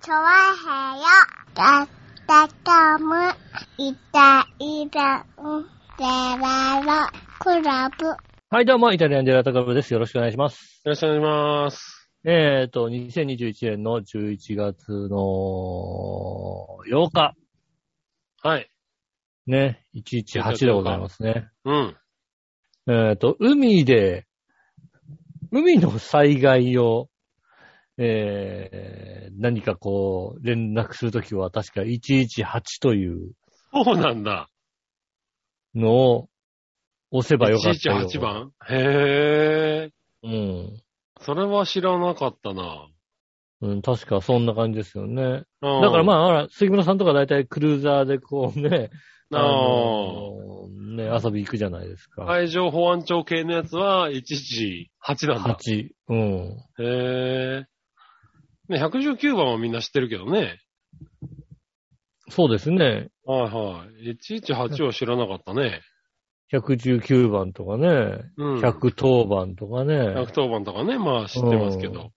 チョワヘヨだったかむいたいらんでららクラブ。 はい、どうも、イタリアンジェラートクラブです。よろしくお願いします。 よろしくお願いします。 2021年の11月の8日。 はい。 ね、118でございますね。 うん。 海の災害を、何かこう、連絡するときは確か118というそうなんだ。 のを押せばよかったよ。 118番へうん。 それは知らなかったな。 うん、確かそんな感じですよね。 うん。 だからまあ、杉村さんとか大体クルーザーでこうね、遊び行くじゃないですか。 海上保安庁系のやつは118なんだ。 8。うん。 へね、119番はみんな知ってるけどね。 そうですね。 はいはい。118は知らなかったね。 119番とかね。 うん。 110番とかね。 110番とかね、まあ知ってますけど。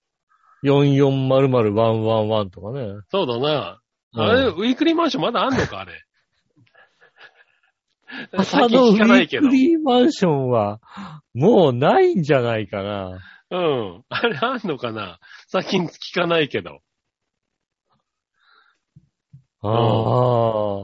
4400-111とかね。 そうだな。あれ、ウィークリーマンションまだあんのか、あれ。 朝のウィークリーマンションは、もうないんじゃないかな。 うん。あれあんのかな、最近聞かないけど。 ああ。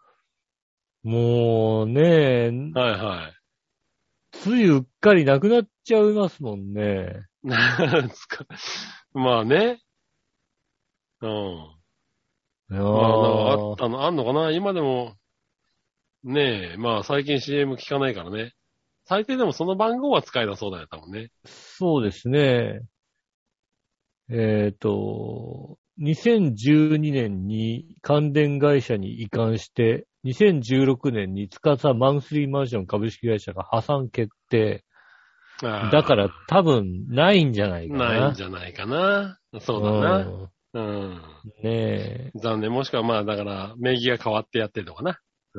もうね、 はいはい。 ついうっかりなくなっちゃいますもんね。 なんですか。まあね。うん。まあ、あんのかな今でも、ねえ、まあ最近 CM 聞かないからね。最低でもその番号は使えなそうだよ、多分ね。 そうですね。2012年に関連会社に移管して、2016年に司マンスリーマンション株式会社が破産決定。だから多分ないんじゃないかな。 ないんじゃないかな。そうだな。うん。 ねえ。 残念。もしくはまあだから、名義が変わってやってるのかな。うん。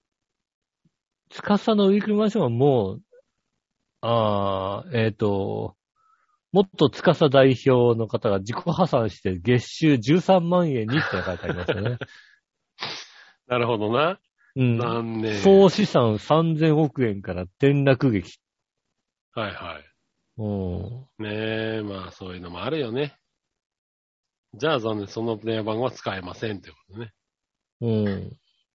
司のウィークリーマンションはもう、元司代表の方が自己破産して月収13万円にって書いてありますよね。 なるほどな。 うん。 残念。 総資産3000億円から転落劇。 はいはい。 うん。 ねえ、まあそういうのもあるよね。じゃあ残念、その電話番号は使えませんってことね。 うん。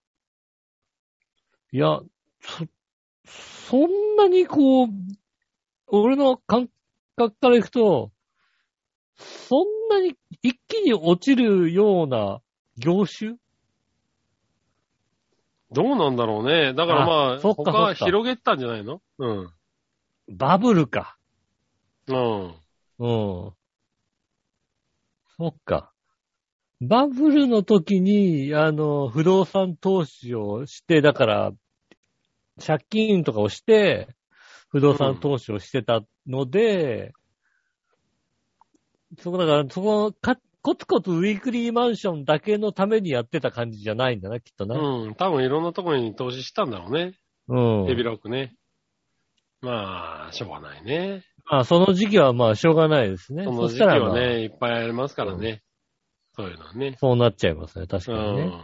いや、そんなにこう、俺の感覚からいくと、そんなに一気に落ちるような業種どうなんだろうね。だからまあ、他広げたんじゃないの？うん。 バブルか。 うん。 うん。そっか。バブルの時に、不動産投資をして、だから、借金とかをして、不動産投資をしてたので、だから、コツコツウィークリーマンションだけのためにやってた感じじゃないんだな、きっとな。 うん。多分いろんなところに投資したんだろうね。 うん。 手広くね。まあ、しょうがないね。 まあ、その時期はまあ、しょうがないですね。 その時期はまあ、 ね、いっぱいありますからね。そういうのはね。 そうなっちゃいますね、確かにね。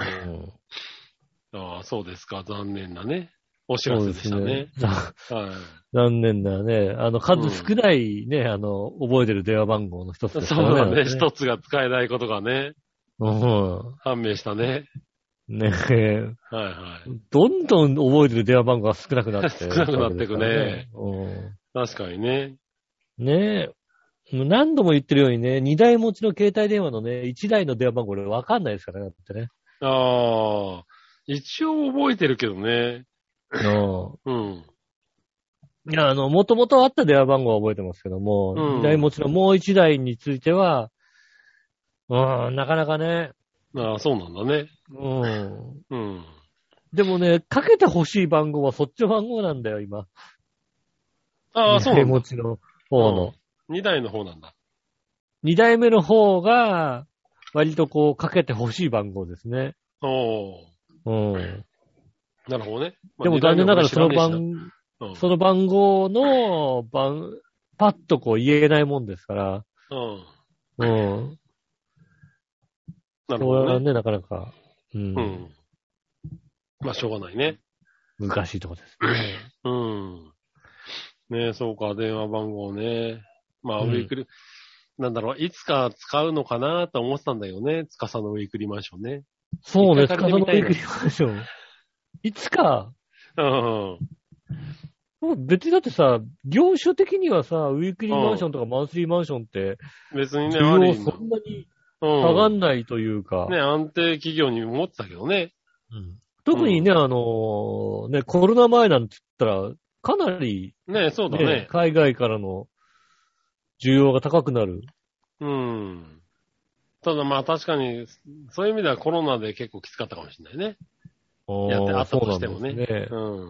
ああ、そうですか。残念なね。お知らせでしたね。 はい。残念だね。数少ないね、覚えてる電話番号の一つですからね。 そうだね。一つが使えないことがね。判明したね。 ねえ。 はいはい。 どんどん覚えてる電話番号が少なくなって。 少なくなっていくね。確かにね。 ねえ。何度も言ってるようにね、2台持ちの携帯電話のね、1台の電話番号俺わかんないですからね、だってね。 ああ、一応覚えてるけどね。うん。 いや、もともとあった電話番号は覚えてますけども、2台持ちのもう1台については、なかなかね。 ああ、そうなんだね。 うん。でもね、かけてほしい番号はそっちの番号なんだよ、今。 ああ、そうなんだ。 2台持ちの方の。 2台の方なんだ。 2台目の方が、割とこう、かけてほしい番号ですね。 なるほどね。 でも残念ながらその番号のパッとこう言えないもんですから。 なるほどね。 それはね、なかなか、 うん。まあ、しょうがないね。 難しいところですね。 うん。ねえ、そうか、電話番号ね。まあ、ウィークリー、なんだろう、いつか使うのかなと思ってたんだよね。つかさのウィークリーマンションね。 そうね、 一回つかさのウィー借りてみたいな。 クリーマンション。いつか、 うん。 もう別にだってさ、業種的にはさ、ウィークリーマンショうん。 ンとかマンスリーマンションって、 別にね、 需要ありの。 そんなにう下がんん。 ないというか、 ね、安定企業に思ってたけどね。 特にね、 うね、コロナ前なんて言ったら、かなり、 ん。ね、そうだね、 ね。 海外からの需要が高くなる。 うん。ただまあ確かに、そういう意味ではコロナで結構きつかったかもしれないね。あったそうなんとしてもね。 ですね。 うん。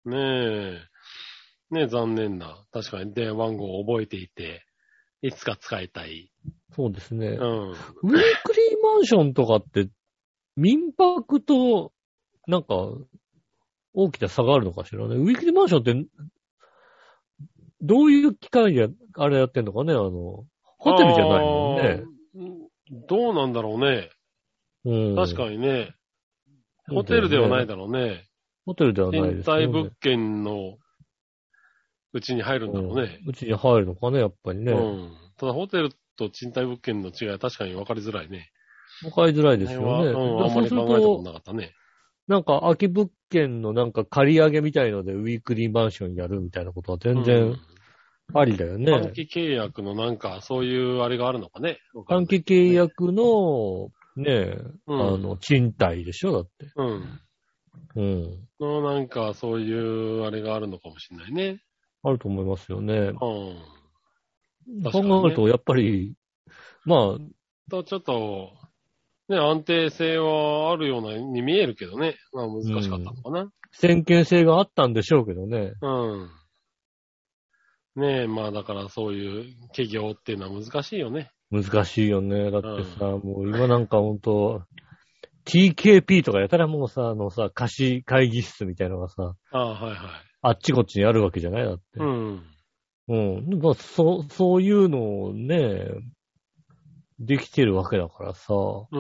ねえ。ねえ、残念な。確かに電話番号を覚えていて、いつか使いたい。 そうですね。 うん。 ウィークリーマンションとかって、民泊と、なんか、大きな差があるのかしらね。ウィークリーマンションって、どういう機会で、あれやってんのかね、ホテルじゃないもんね。 どうなんだろうね。 うん。 確かにね。ホテルではないだろうね。 ホテルではない賃ですよね。 貸物件のうちに入るんだろうね。 うちに入るのかね、やっぱりね。 うん。ただホテルと賃貸物件の違いは確かに分かりづらいね。 わかりづらいですよね。 あんまり考えたことなかったね。 なんか空き物件のなんか借り上げみたいのでウィークリーマンションやるみたいなことは全然ありだよね。 短期契約のなんかそういうあれがあるのかね。 短期契約の、ね、賃貸でしょだって。 うん。 うん。 なんかそういうあれがあるのかもしれないね。 あると思いますよね。 うん。 考えると、やっぱり、まあ。 ちょっと、ね、安定性はあるようなに見えるけどね。まあ難しかったのかな。 先見性があったんでしょうけどね。 うん。ねえ、まあだからそういう企業っていうのは難しいよね。 難しいよね。だってさ、もう今なんかほんと、TKP とかやたらもうさ、貸し会議室みたいなのがさ、 はいはい。 あっちこっちにあるわけじゃないだって。うん。まあ、そういうのをね、できてるわけだからさ。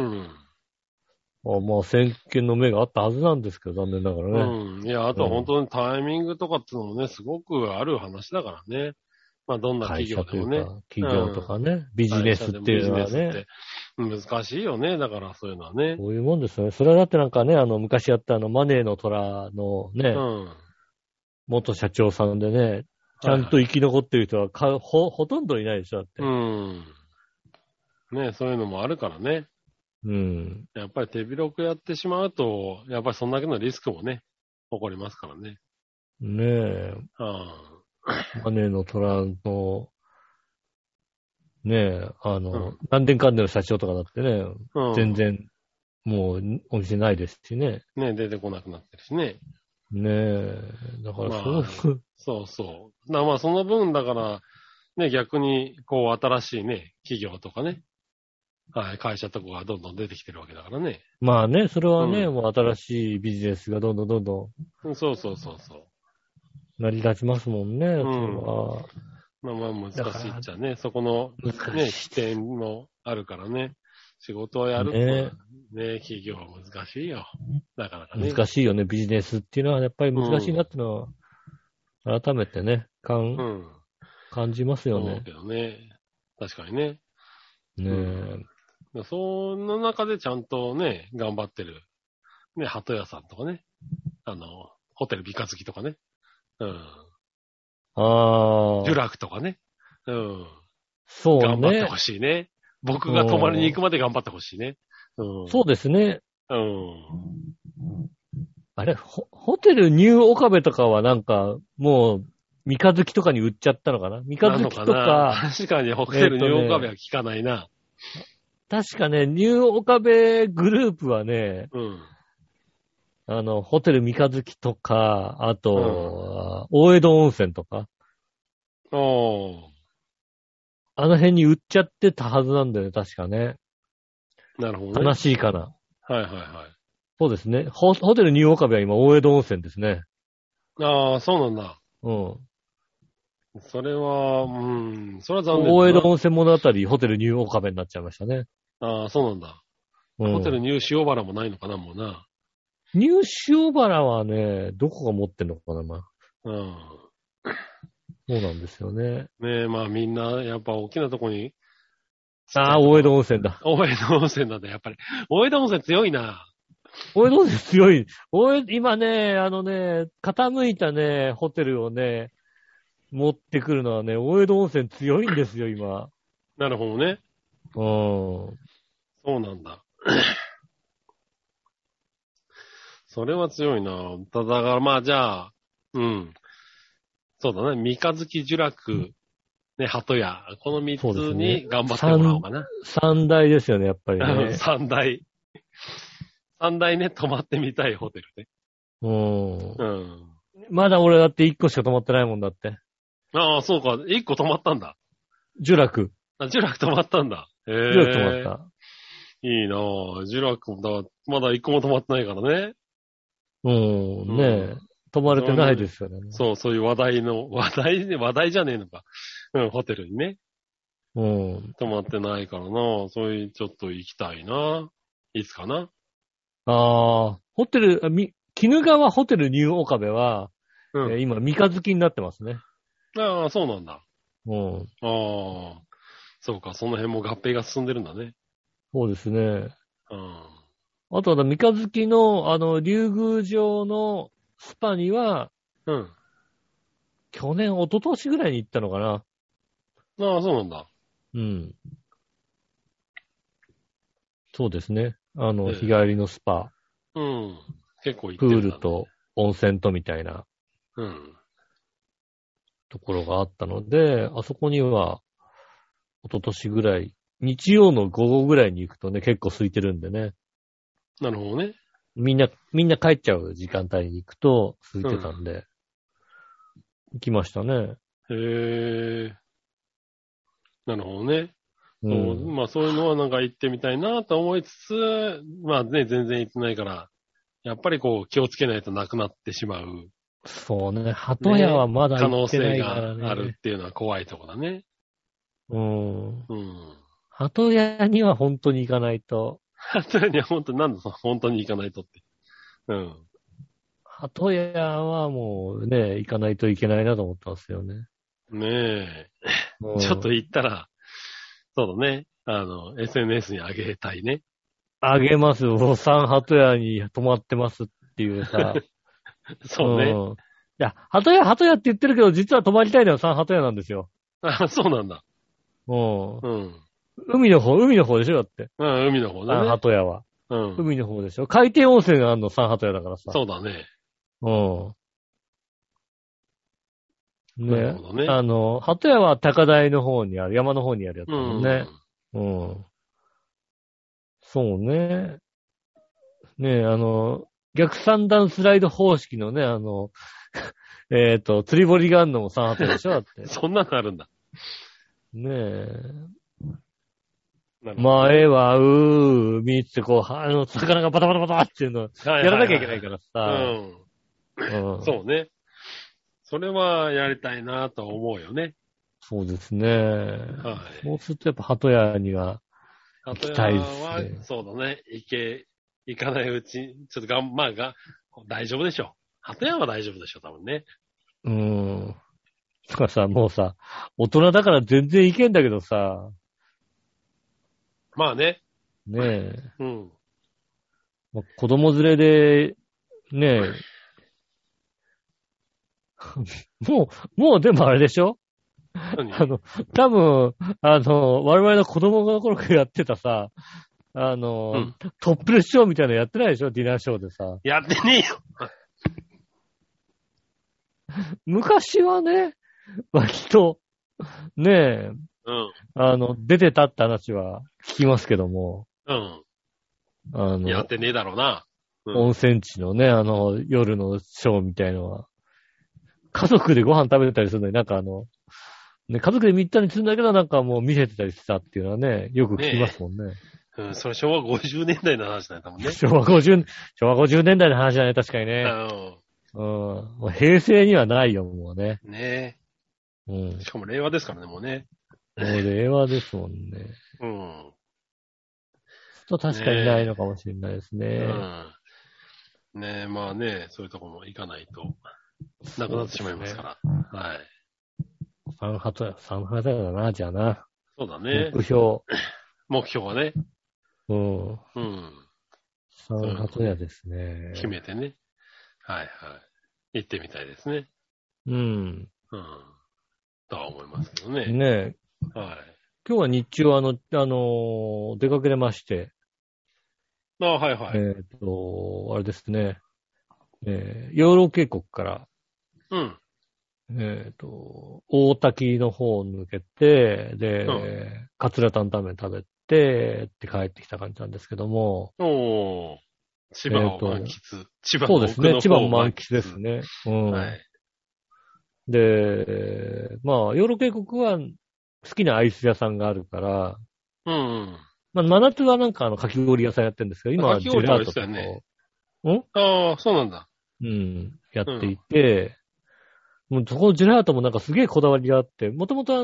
まあ、先見の目があったはずなんですけど、残念ながらね。 いや、あとは本当にタイミングとかっていうのもね、すごくある話だからね。まあ、どんな企業でもね。 企業とかね、ビジネスっていうのはね。 難しいよね。だからそういうのはね。 そういうもんですよね。それはだってなんかね、昔やったマネーの虎のね、元社長さんでね、ちゃんと生き残ってる人はほとんどいないでしょ、だって。 ね、そういうのもあるからね。やっぱり手広くやってしまうと、やっぱりそんだけのリスクもね、起こりますからね。 ねえ。マネーの虎の、ねえ、何年間での社長とかだってね、全然、もう、お店ないですしね。 ねえ、出てこなくなってるしね。 ねえ、だからそうそう。まあその分だから、ね、逆に、こう、新しいね、企業とかね、はい、会社とかがどんどん出てきてるわけだからね。 まあね、それはね、もう新しいビジネスがどんどん。 そう。 成り立ちますもんね、それは。 まあ難しいっちゃね、そこの、ね、視点もあるからね。仕事をやるとね、企業は難しいよ。なかなかね。 難しいよね、ビジネスっていうのはやっぱり難しいなっていうのは、改めてね、感じますよね。 そうけどね。確かにね。 ねえ。 その中でちゃんとね、頑張ってる。ね、鳩屋さんとかね。ホテル三日月とかね。呪楽とかね。 そうね。 頑張ってほしいね。僕が泊まりに行くまで頑張ってほしいね。 そうですね。あれ、ホテルニューオカベとかはなんか、もう、三日月とかに売っちゃったのかな三日月とか。 確かにホテルニューオカベは聞かないな。 確かね、ニューオカベグループはね、ホテル三日月とか、あと、大江戸温泉とか。あの辺に売っちゃってたはずなんだよね、確かね。 なるほどね。 悲しいかな。 はい。 そうですね。ホテルニューオカベは今、大江戸温泉ですね。 ああ、そうなんだ。それは残念だな。 大江戸温泉物語、ホテルニューオカベになっちゃいましたね。 ああ、そうなんだ。 ホテルニュー塩原もないのかな、もうな。 ニュー塩原はね、どこが持ってんのかな、まあ。 うん。 そうなんですよね。 ねえ、まあみんな、やっぱ大きなとこに。 ああ、大江戸温泉だ。 大江戸温泉なんだ、やっぱり。大江戸温泉強いな。 大江戸温泉強い。今ね、傾いたね、ホテルをね、持ってくるのはね、大江戸温泉強いんですよ、今。 なるほどね。そうなんだ。それは強いな。だからまあじゃあ、うん。そうだね。三日月呪楽、ね、鳩屋。この三つに頑張ってもらおうかな。 三大ですよね、やっぱりね。 三大。三大ね、泊まってみたいホテルね。 うん。まだ俺だって1個しか泊まってないもんだって。 ああ、そうか。1個泊まったんだ。 呪楽。 呪楽泊まったんだ。 呪楽泊まった。 いいなぁ。呪楽もだ、まだ1個も泊まってないからね。 ねえ。泊まれてないですよね。 そういう話題じゃねえのか。ホテルにね。泊まってないからな。そういう、ちょっと行きたいな。いつかな。 ホテル、鬼怒川ホテルニューオカベは、今、三日月になってますね。 ああ、そうなんだ。 ああ、そうか、その辺も合併が進んでるんだね。 そうですね。あとは、三日月の、竜宮城のスパには、去年、一昨年ぐらいに行ったのかな。 ああ、そうなんだ。 そうですね。日帰りのスパ。 結構行ってるんだ、ね。 プールと温泉とみたいな。ところがあったので、あそこには、一昨年ぐらい、日曜の午後ぐらいに行くとね、結構空いてるんでね。 なるほどね。 みんな帰っちゃう時間帯に行くと空いてたんで、行きましたね。 へえ。なるほどね。まあそういうのはなんか行ってみたいなと思いつつ、まあね、全然行ってないから、やっぱりこう気をつけないとなくなってしまう。 そうね。鳩屋はまだ行ってないからね。 可能性があるっていうのは怖いとこだね。 鳩屋には本当に行かないと。 鳩屋には本当に行かないとって。 鳩屋はもうね、行かないといけないなと思ってますよね。 ねえ。ちょっと行ったら、そうだね。SNS に上げたいね。 上げますよ。鳩屋に泊まってますっていうさ。 そうね。 いや、鳩屋って言ってるけど、実は泊まりたいのは鳩屋なんですよ。 あ、そうなんだ。 海の方でしょだって。 海の方だね。 鳩屋は。海の方でしょ。海底温泉があるの鳩屋だからさ。 そうだね。 ね。鳩屋は高台の方にある、山の方にあるやつだもんね。そうね。ね逆三段スライド方式のね、釣り堀があるのも鳩屋でしょだって。 そんなのあるんだ。 ねえ。前は、海ってこう、魚がバタバタバタっていうのをやらなきゃいけないからさ。 そうね。それはやりたいなと思うよね。 そうですね。そうするとやっぱ鳩屋には行きたいですね。 鳩屋は、そうだね。行かないうち、ちょっと大丈夫でしょ。鳩屋は大丈夫でしょ、多分ね。 とかさ、もうさ、大人だから全然行けんだけどさ。 まあね。 ねえ。子供連れで、ねえ。もうでもあれでしょ？多分、我々の子供の頃からやってたさ、トップレスショーみたいなのやってないでしょ？ディナーショーでさ。 やってねえよ。 昔はね、割と、ねえ、出てたって話は聞きますけども。 やってねえだろうな。 温泉地のね、夜のショーみたいのは。家族でご飯食べてたりするのに、なんかね、家族で見たりするんだけど、なんかもう見せてたりしたっていうのはね、よく聞きますもんね。 それ昭和50年代の話だよ、多分ね。 昭和50年代の話だね、確かにね。もう平成にはないよ、もうね。 ねえ。しかも令和ですからね、もうね。 もう令和ですもんね。 と確かにないのかもしれないですね。 うん。ねえ、まあね、そういうとこも行かないと、なくなってしまいますから。はい。 三発だな、じゃあな。 そうだね。 目標。 目標はね。 うん。 うん。 三発屋ですね。 決めてね。はいはい。行ってみたいですね。 うん。 うん。とは思いますけどね。 ねえ。 はい。 今日は日中出かけれまして。 ああ、はいはい。 あれですね。養老渓谷から、 うん。 大滝の方を抜けて、で、 うん、 桂担々麺食べて、って帰ってきた感じなんですけども。 おー。千葉を満喫。千葉そうですね。 の奥の千葉方を満喫満喫ですね。うん。 はい。 で、まあ、養老渓谷は好きなアイス屋さんがあるから、 うん。 まあ、真夏はなんかかき氷屋さんやってるんですけど、今はジェかき氷とかラートとか言ってたよね。 を、 ああ、そうなんだ。 うん、やっていうん。 て、もうそこのジェラートもなんかすげえこだわりがあって、もともと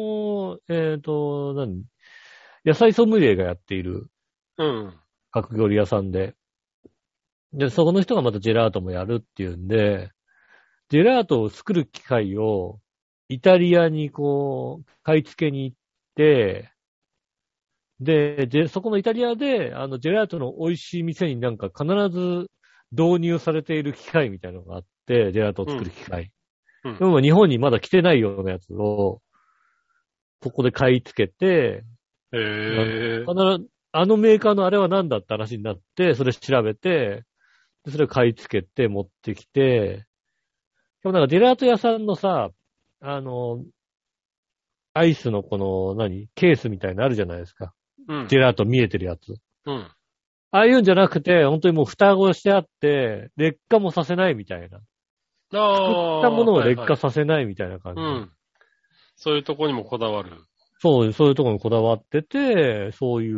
野菜ソムリエがやっているうん。 かき氷屋さんで、で、そこの人がまたジェラートもやるっていうんで、ジェラートを作る機械をイタリアに買い付けに行って、で、そこのイタリアで、ジェラートの美味しい店になんか必ず導入されている機械みたいなのがあって、ジェラートを作る機械。 うん。 でも日本にまだ来てないようなやつを、そこで買い付けて、 へえ。 必ず、あのメーカーのあれは何だって話になって、それ調べて、でそれを買い付けて持ってきて、でもなんかジェラート屋さんのさ、アイスのケースみたいなのあるじゃないですか。 うん。 ジェラート見えてるやつ。 うん。 ああいうんじゃなくて、本当にもう蓋をしてあって、劣化もさせないみたいな。 あ作ったもあ、 のをはいはい。 劣化させないみたいな感じで。 うん。そういうとこにもこだわる。 そういうところにこだわってて、そういう、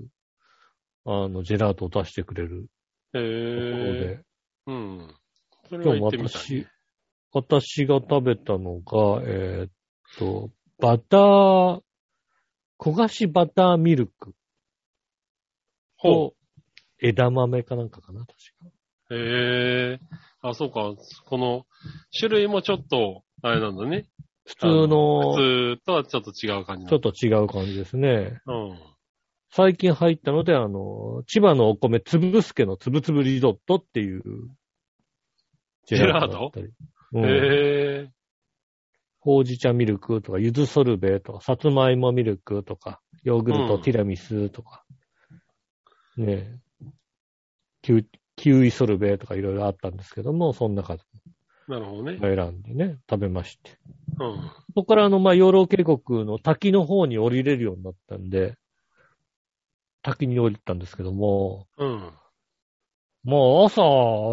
ジェラートを出してくれるへところえ。 で。 うん。それは今日行ってみたいね。 私が食べたのが、バター、焦がしバターミルクほと枝豆かなんかかな、確か。 う。へえ。あ、そうか。この種類もちょっと、あれなんだね。 普通の、 普通とはちょっと違う感じなんだ。 ちょっと違う感じですね。 うん。 最近入ったので、千葉のお米、つぶすけのつぶつぶリゾットっていうジェラージェラートトだったり。うん。 へえ。 ほうじ茶ミルクとか、ゆずソルベとか、さつまいもミルクとか、ヨーグルト、 うん。 ティラミスとか、ねえ、キウイソルベとかいろいろあったんですけども、その中でなるほどね。 選んでね、食べまして。 うん。 そこから養老渓谷の滝の方に降りれるようになったんで、滝に降りたんですけども、 うん。 まあ朝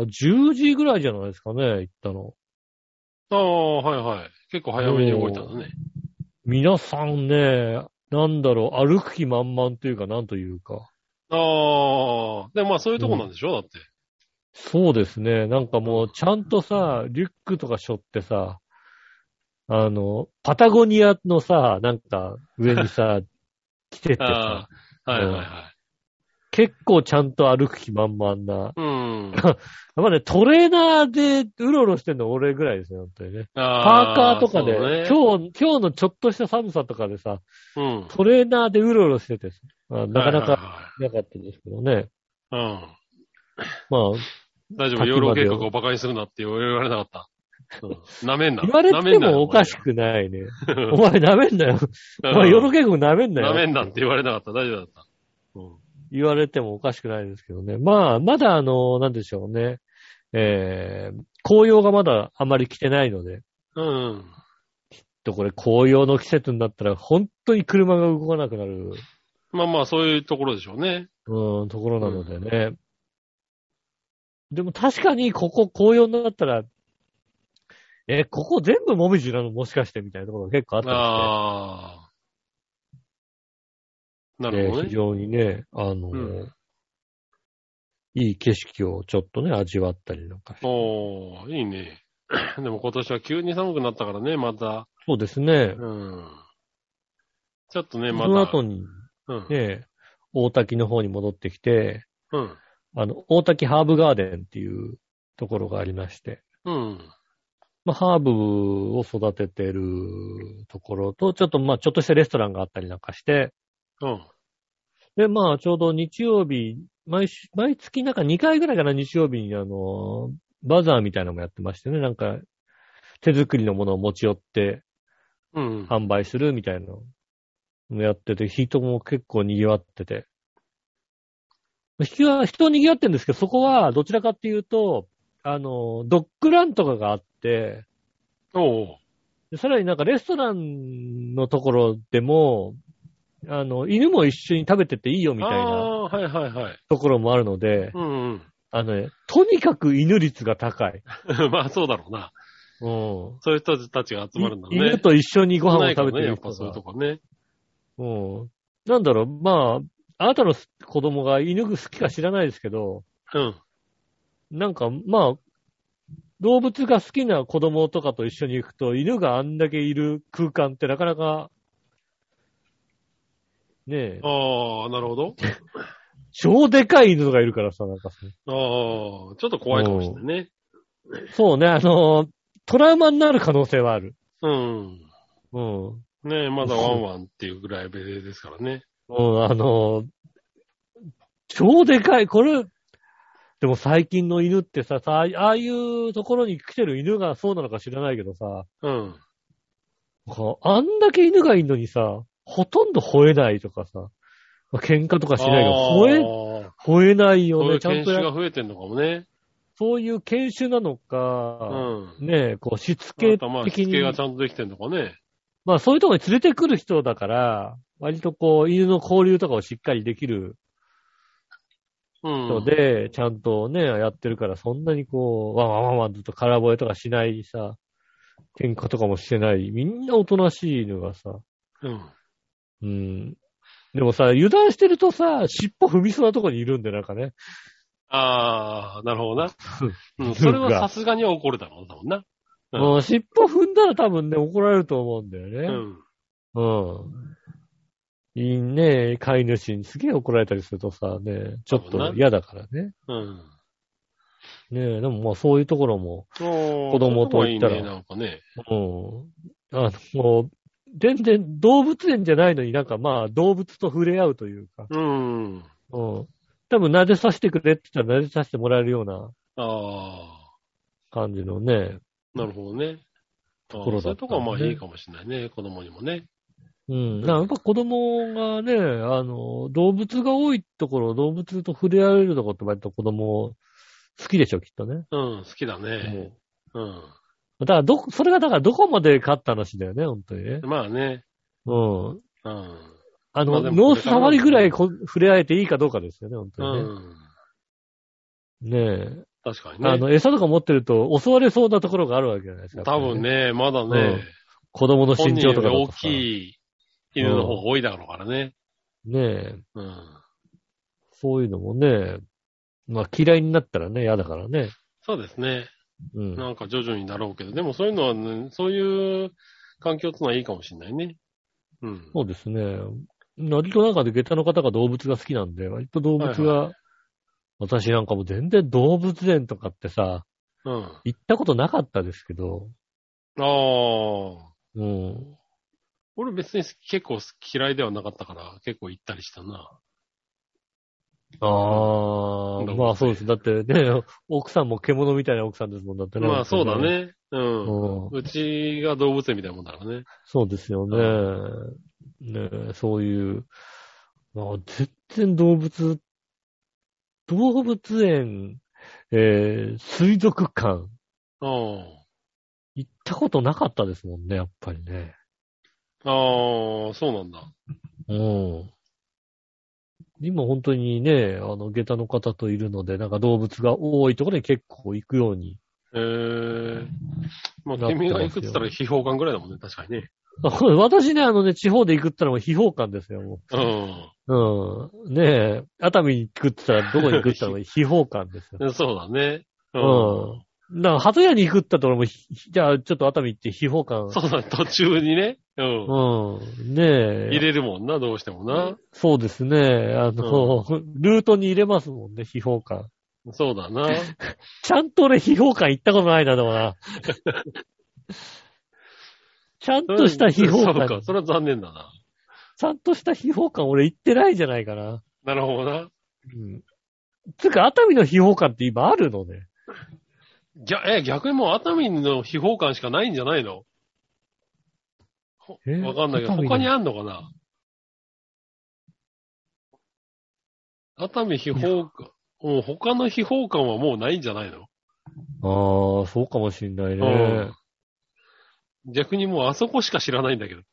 10時ぐらいじゃないですかね、行ったの。 ああ、はいはい。結構早めに動いたんだね。 皆さんね、なんだろう、歩く気満々というか、なんというか。 ああ、でもまあそういうとこうん。 なんでしょだって。 そうですね。なんかうん。 もう、ちゃんとさ、リュックとか背負ってさ、パタゴニアのさ、なんか、上にさ、着ててあさ、 あ、はいはいうん。 はい。 結構ちゃんと歩く気満々な。 うん。 やっぱね、トレーナーでうろうろしてんの俺ぐらいですよ、本当にね。パーカーああ、 とかで、 そうね。 今日のちょっとした寒さとかでさ、 うん。 トレーナーでうろうろしててさ、なはいはいかなかはなかったですけどね。 い。うん。 まあ、 大丈夫、養滝まで老渓谷をバカにするなって言われなかった。うん。舐めんな。 言われ舐めんなよ、 てもおお前が。 かしくないね。お前舐めんなよ。 うお前、ヨロん。 ケ君舐めんな舐よ。 めんなって言われなかった。大丈夫だった。うん。 言われてもおかしくないですけどね。まあ、まだなんでしょうね。紅葉がまだあまり来てないので、 うん。 これ紅葉の季節になったら本当に車が動かなくなる、 まあまあ、そういうところでしょうね。 ところなのでね。でも確かにここ紅葉になったら、ここ全部もみじなのもしかしてみたいなところが結構あったりして。 ああ。なるほどね。 非常にね、 うん。 いい景色をちょっとね、味わったりなんかして。 おー、いいね。でも今年は急に寒くなったからね、また。 そうですね。 うん。ちょっとね、 そまだ。 の後に、 うん。 ね、 大滝の方に戻ってきて、 うん。 大滝ハーブガーデンっていうところがありまして、 うん。 まあ、ハーブを育ててるところと、ちょっとしたレストランがあったりなんかして、 うん。 で、まあ、ちょうど日曜日、毎月なんか2回ぐらいかな、日曜日にバザーみたいなのもやってましてね、なんか、手作りのものを持ち寄ってうん。 販売するみたいなのもやってて、人も結構賑わってて。人賑わってるんですけど、そこはどちらかっていうと、ドッグランとかがあって、 おう。 でさらになんかレストランのところでも、犬も一緒に食べてっていいよみたいなはいはいはい。 ところもあるので、 うんうん。 とにかく犬率が高い。 まあそうだろうな。 うん。 そういう人たちが集まるんだね。 犬と一緒にご飯を食べてね、 るやっぱそういうとこね。 うん。なんだろう、まあ、あなたの子供が犬好きか知らないですけど、 うん。 なんか、まあ、動物が好きな子供とかと一緒に行くと、犬があんだけいる空間ってなかなか、ねえ。 ああ、なるほど。 超でかい犬がいるからさ、なんかさ。 ああ、ちょっと怖いかもしれないね。 そうね、トラウマになる可能性はある。 うん。 うん。 ねえ、まだワンワンっていうぐらいですからね。 うん、超でかい、これ、でも最近の犬ってさ、ああいうところに来てる犬がそうなのか知らないけどさ、 うん。 あんだけ犬がいるのにさ、ほとんど吠えないとかさ、喧嘩とかしないけど、吠えないよね、 そういうちゃんと犬種が増えてんのかもね。 そういう犬種なのか、ねえ、こう、しつけ的に。 しつけがちゃんとできてんのかね。 まあそういうところに連れてくる人だから、割とこう、犬の交流とかをしっかりできる人で、ちゃんとね、やってるから、そんなにこう、ワンワンワンワンずっと空吠えとかしないさ、喧嘩とかもしてない、みんなおとなしい犬がさ、うん。でもさ、油断してるとさ、尻尾踏みそうなとこにいるんで、なんかね。 ああ、なるほどな。それはさすがに怒るだろうな。 もう尻尾踏んだら多分ね、怒られると思うんだよね。いいね、飼い主にすげえ怒られたりするとさ、ね、ちょっと嫌だからね。ねえ、でもまあそういうところも、子供と言ったら、 なんかね。 もう、全然動物園じゃないのになんかまあ動物と触れ合うというか、多分撫でさせてくれって言ったら撫でさせてもらえるような、感じのね。 なるほどね。ところだった、ね。そういうとこはまあいいかもしれないね、子供にもね。 やっぱ子供がね、動物が多いところ、動物と触れ合えるところって割と子供好きでしょ、きっとね。 好きだね。 だからそれがだからどこまで勝った話だよね、本当にね。 まあね。 ノースサファリぐらい触れ合えていいかどうかですよね、本当にね。ねえ。 確かにね。 餌とか持ってると襲われそうなところがあるわけじゃないですか。 多分ね、まだね。 子供の身長とか大きい犬の方が多いだろうからね。 ねえ。そういうのもね、まあ嫌いになったらね、嫌だからね。 そうですね。なんか徐々になろうけど、でもそういうのはね、そういう環境ってのはいいかもしれないね。 そうですね。割となんかで下駄の方が動物が好きなんで、割と動物が、私なんかも全然動物園とかってさ、行ったことなかったですけど。俺別に結構嫌いではなかったから、結構行ったりしたな。 まあそうです。だってね、奥さんも獣みたいな奥さんですもんだってね。 まあそうだね。うちが動物園みたいなもんだからね。 そうですよね。ね、そういう、全然動物園、水族館。行ったことなかったですもんね、やっぱりね。 そうなんだ。 今本当にね、下駄の方といるので、なんか動物が多いところに結構行くように。 まあ、君が行くって言ったら秘宝館ぐらいだもんね、確かにね。 私ね、地方で行くって言ったらもう秘宝館ですよ、もう。ねえ、熱海に行くって言ったらどこに行くって言ったら秘宝館ですよ。 そうだね。 だから鳩屋に行くったら俺も、じゃあちょっと熱海行って秘宝館。 そうだ、途中にね。うん。 うん。ねえ。 入れるもんな、どうしてもな。 そうですね。ルートに入れますもんね、秘宝館。 そうだな。 ちゃんと俺秘宝館行ったことないな、でもな。ちゃんとした秘宝館。 そうか、それは残念だな。 ちゃんとした秘宝館俺行ってないんじゃないかな。 なるほどな。 うん。つうか、熱海の秘宝館って今あるのね。 逆にもう熱海の秘宝館しかないんじゃないの？わかんないけど、他にあんのかな？熱海秘宝館、他の秘宝館はもうないんじゃないの？ ああ、そうかもしんないね。 逆にもうあそこしか知らないんだけど。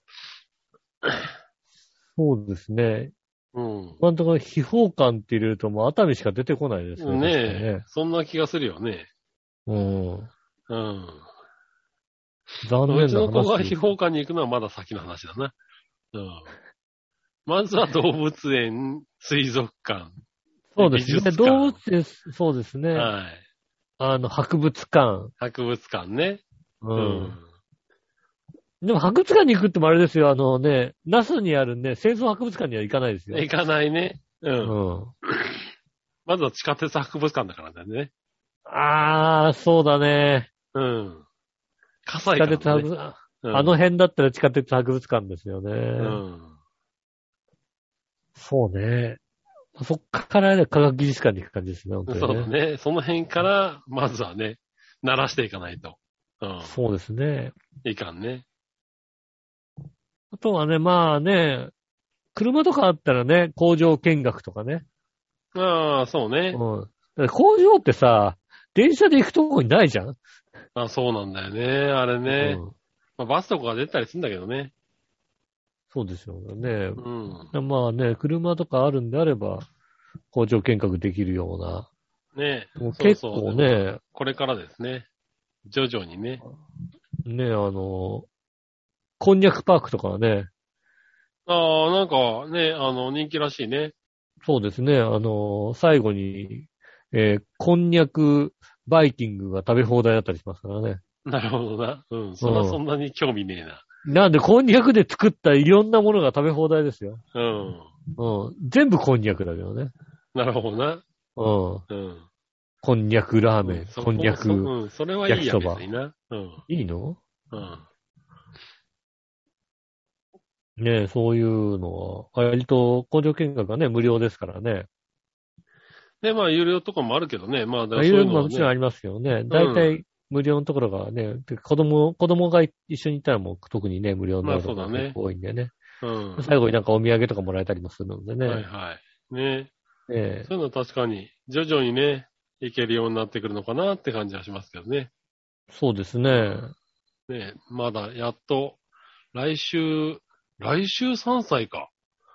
そうですね。 うん。 なんとか秘宝館って入れるともう熱海しか出てこないですね。 ねえ。そんな気がするよね。 うん。 うん。 残念な話。 うちの子が秘宝館に行くのはまだ先の話だな。うん。まずは動物園、水族館。 そうですね。動物園、そうですね。 はい。 博物館。 博物館ね。 うん。でも博物館に行くってもあれですよ。那須にあるね、戦争博物館には行かないですよ。 行かないね。うん。まずは地下鉄博物館だからね。 ああ、そうだね。 うん。地下鉄博物館。 あの辺だったら地下鉄博物館ですよね。うん。そうね。そっからね、科学技術館に行く感じですね、本当にね。 そうだね。その辺から、まずはね、鳴らしていかないと。うん。 そうですね。 いかんね。 あとはね、まあね、車とかあったらね、工場見学とかね。 ああ、そうね。 うん。工場ってさ、電車で行くとこにないじゃん？ あ、そうなんだよね。あれね。まあ、バスとかが出たりするんだけどね。 そうですよね。うん。まあね、車とかあるんであれば、工場見学できるような。 ねえ。 結構ね。 これからですね。徐々にね。 ねこんにゃくパークとかはね。 ああ、なんかね、人気らしいね。 そうですね。最後に、こんにゃくバイキングが食べ放題だったりしますからね。 なるほどな。うん。それはそんなに興味ねえな。 なんで、こんにゃくで作ったいろんなものが食べ放題ですよ。 うん。 うん。全部こんにゃくだけどね。 なるほどな。 うん。こんにゃくラーメン、こんにゃくそれはいいや、別にな。 いいの？ねえ、そういうのは、割と工場見学がね、無料ですからね。 で、まあ、有料とかもあるけどね。まあ、 有料ももちろんありますけどね。大体無料のところがね、子供が一緒にいたらもう特にね、無料のところが多いんでね。最後になんかお土産とかもらえたりもするのでね。 はいはい。ねえ。そういうのは確かに、徐々にね、行けるようになってくるのかなって感じはしますけどね。 そうですね。 ねえ、まだやっと、来週3歳か。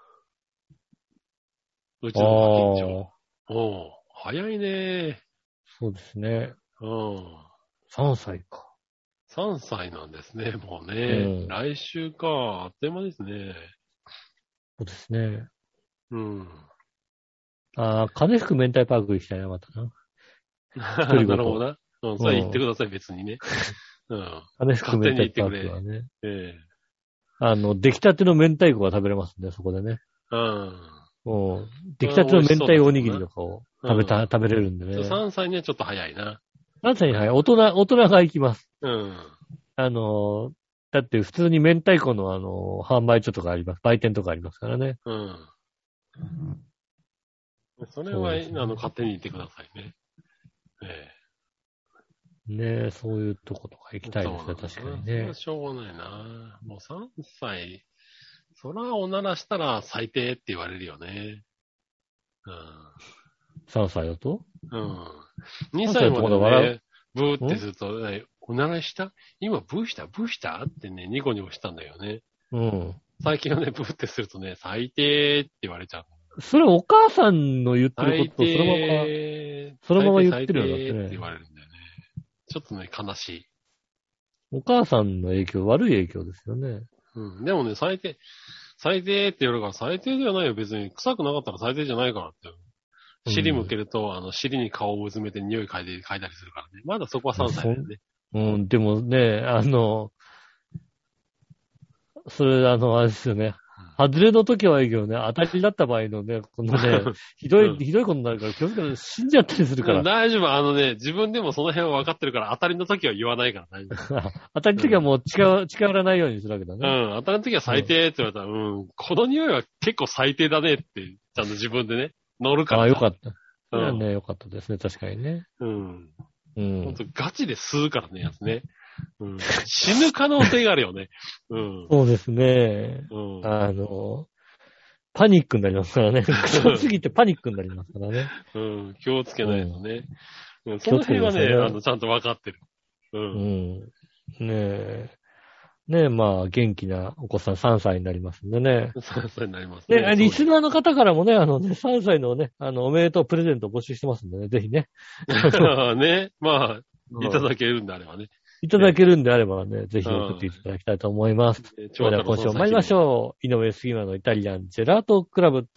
うちの近所。早いね。 そうですね。3歳か。 3歳なんですね、もうね。来週か。あっという間ですね。 そうですね。 うん。 金福明太パーク行きたいな、またな。 なるほどな。それ言ってください、別にね。 金福明太パークはね。出来たての明太子が食べれますんで、そこでね。出来たての明太おにぎりとかを食べれるんでね。 3歳にはちょっと早いな。 3歳に早い。大人が行きます。だって普通に明太子の販売所とかあります。売店とかありますからね。 それは、勝手に言ってくださいね。 ねえ、そういうとことか行きたいですね、確かにね。それはしょうがないな。もう3歳、そらおならしたら最低って言われるよね。 3歳だと 2歳までね、ブーってすると、おならした今ブーしたってね、ニコニコしたんだよね。最近はね、ブーってするとね、最低って言われちゃう。 それお母さんの言ってることそのまま言ってるよね。って言われるんだよね。ちょっとね、悲しい。 お母さんの影響、悪い影響ですよね。 でもね、最低って言われるから、最低ではないよ。別に臭くなかったら最低じゃないからって尻向けると、尻に顔をうずめて匂い嗅いだりするからね。まだそこは3歳だよね。 うん、でもね、それ、あれですよね。外れの時はいいけどね、当たりだった場合のね、このね、ひどいことになるから気をつけて死んじゃったりするから。 大丈夫。自分でもその辺は分かってるから、当たりの時は言わないから大丈夫。 当たりの時はもう近寄らないようにするわけだね。 当たりの時は最低って言われたら、この匂いは結構最低だねって、ちゃんと自分でね、乗るから。 よかった。それはね、よかったですね、確かにね。ほんとガチで吸うからね、やつね。死ぬ可能性があるよね。 そうですね。パニックになりますからね。臭すぎてパニックになりますからね。 気をつけないとね。その辺はね、ちゃんと分かってる。 ねえ、まあ、元気なお子さん3歳になりますんでね。 3歳になりますね。 ね、リスナーの方からもね、3歳のね、おめでとうプレゼントを募集してますんでね、ぜひね。 ね、まあ、いただけるんであればね。 いただけるんであればね、ぜひ送っていただきたいと思います。それでは今週も参りましょう。井上杉村のイタリアンジェラートクラブ。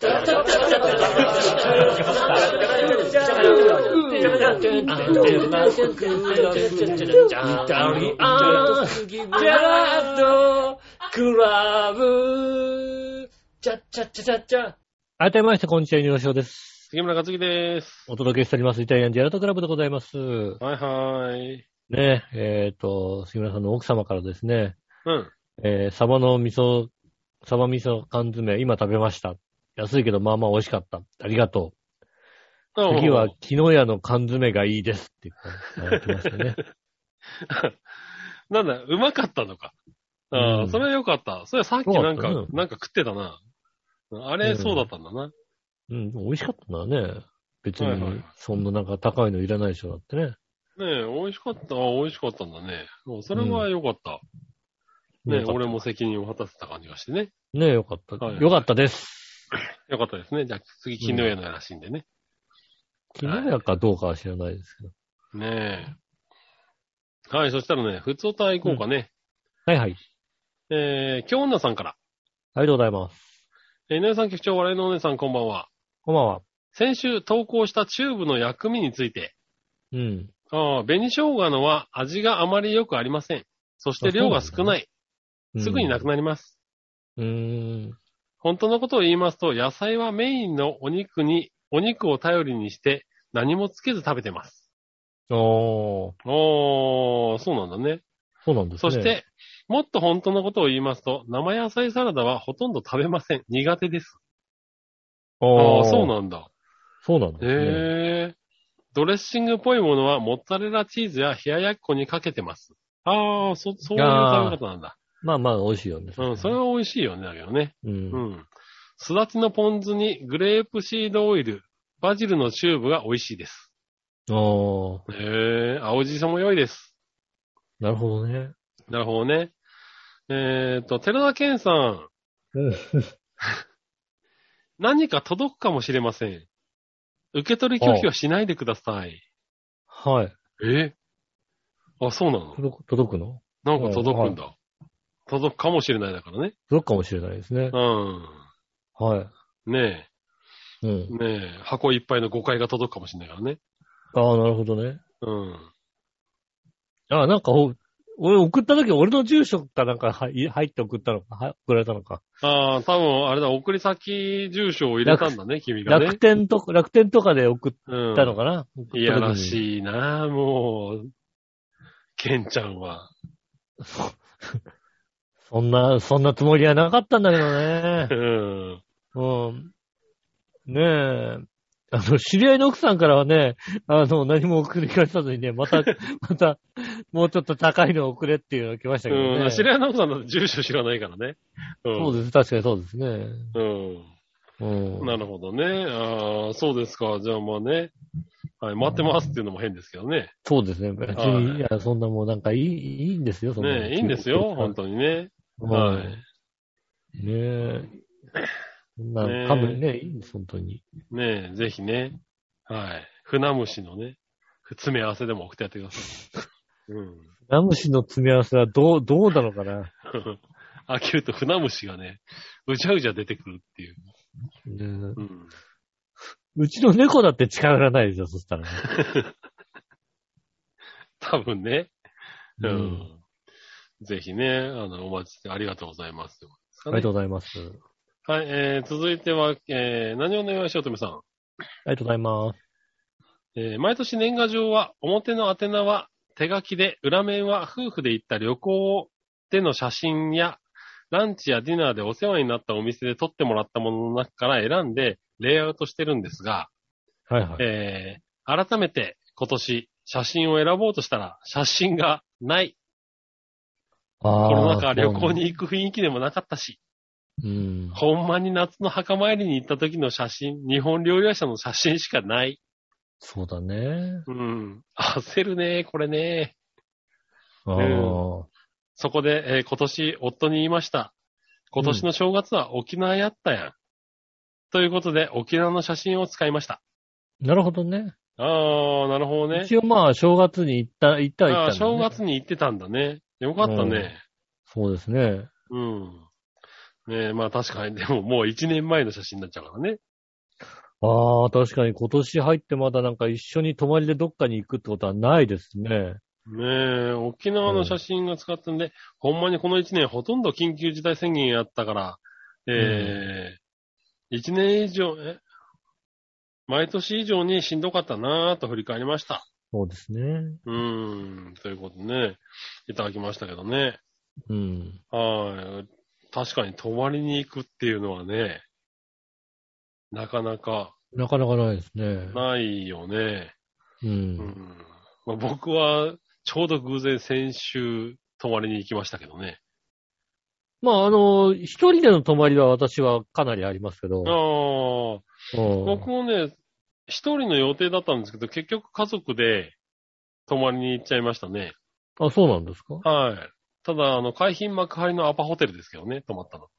改めまして、こんにちは、井上翔です。 杉村和樹です。 お届けしております、イタリアンジェラートクラブでございます。 はいはい。 ね杉村さんの奥様からですね。サバ味噌缶詰、今食べました。安いけどまあまあ美味しかった。ありがとう。次は木の屋の缶詰がいいですって言ってましたね。 なんだ、うまかったのか。それはよかった。それはさっきなんか食ってたな。あれ、そうだったんだな。 美味しかったんだね。別に、そんななんか高いのいらないでしょ、だってね。 ねえ、美味しかったんだね。それはよかった。ねえ、俺も責任を果たせた感じがしてね。 ねえ、よかった。よかったです。 よかったですね。じゃあ次、木の屋のやらしいんでね。 木の屋かどうかは知らないですけど。 ねえ。はい、そしたらね、ふつおた行こうかね。 はいはい。 京女さんから。 ありがとうございます。 井上さん局長、笑いのお姉さん、こんばんは。 こんばんは。 先週投稿したチューブの薬味について。紅生姜のは味があまり良くありません。そして量が少ない。すぐになくなります。本当のことを言いますと、野菜はメインのお肉を頼りにして何もつけず食べてます。そうなんだね。 そうなんですね。 そして、もっと本当のことを言いますと、生野菜サラダはほとんど食べません。苦手です。そうなんだ。 そうなんですね。 ドレッシングっぽいものはモッツァレラチーズや冷ややっこにかけてます。そういう食べ方なんだ。 まあまあ美味しいよね。 それは美味しいよね、だけどね。すだちのポン酢にグレープシードオイル、バジルのチューブが美味しいです。青じそも良いです。 なるほどね。 なるほどね。寺田健さん。何か届くかもしれません。受け取り拒否はしないでください。 はい。 そうなの？ 届くの？ なんか届くんだ。届くかもしれないだからね。 届くかもしれないですね。はい。 ねえ。箱いっぱいの誤解が届くかもしれないからね。 なるほどね。なんか、俺送った時、俺の住所かなんか入って送られたのか。 多分、あれだ、送り先住所を入れたんだね、君がね。 楽天とかで送ったのかな。 いやらしいな、もう。ケンちゃんは。 そんなつもりはなかったんだけどね。ねえ。知り合いの奥さんからはね、何も送り返さずにね、また、もうちょっと高いのを送れっていうのが来ましたけどね。 知り合いの奥さんだと住所知らないからね。 そうです、確かにそうですね。 なるほどね。そうですか。じゃあまあね。はい、待ってますっていうのも変ですけどね。 そうですね。別に、いや、そんなもうなんかいいんですよ、そんな。 ねいいんですよ、本当にね。はい。 ねえ。多分ね、いいんです、本当に。 ねえ、ぜひね。はい。船虫のね、詰め合わせでも送ってやってください。 船虫の詰め合わせはどうなのかな。 開けると船虫がね、うじゃうじゃ出てくるっていう。 うちの猫だって近寄らないですよ、そしたらね。 多分ね。 う。 うんん。ぜひね、お待ちしてありがとうございます。 ありがとうございます。 はい、続いては、何をお願いしようとめさん。 ありがとうございます。 毎年年賀状は、表の宛名は手書きで、裏面は夫婦で行った旅行での写真や、ランチやディナーでお世話になったお店で撮ってもらったものの中から選んで、レイアウトしてるんですが、 はいはい。 改めて今年写真を選ぼうとしたら、写真がない。コロナ禍旅行に行く雰囲気でもなかったし、 うん。 ほんまに夏の墓参りに行った時の写真、日本料理屋者の写真しかない。 そうだね。 うん。焦るね、これね。 ああ、 そこで、今年夫に言いました。今年の正月は沖縄やったやん。ということで、沖縄の写真を使いました。 なるほどね。 なるほどね。 一応まあ、正月に行ったんだね。 正月に行ってたんだね。よかったね。 そうですね。 うん。ねまあ確かに、でももう1年前の写真になっちゃうからね。 ああ、確かに今年入ってまだなんか一緒に泊まりでどっかに行くってことはないですね。 ね沖縄の写真が使ったんで、ほんまにこの1年ほとんど緊急事態宣言やったから、1年以上、毎年以上にしんどかったなぁと振り返りました。 そうですね。 ということでね、いただきましたけどね。 うん。 はい。確かに泊まりに行くっていうのはね、なかなかなかなかないですね。 ないよね。まあ、僕はちょうど偶然先週泊まりに行きましたけどね。 まあ、一人での泊まりは私はかなりありますけど。 僕もね、一人の予定だったんですけど、結局家族で泊まりに行っちゃいましたね。 あ、そうなんですか？ はい。ただ、海浜幕張のアパホテルですけどね、泊まったの。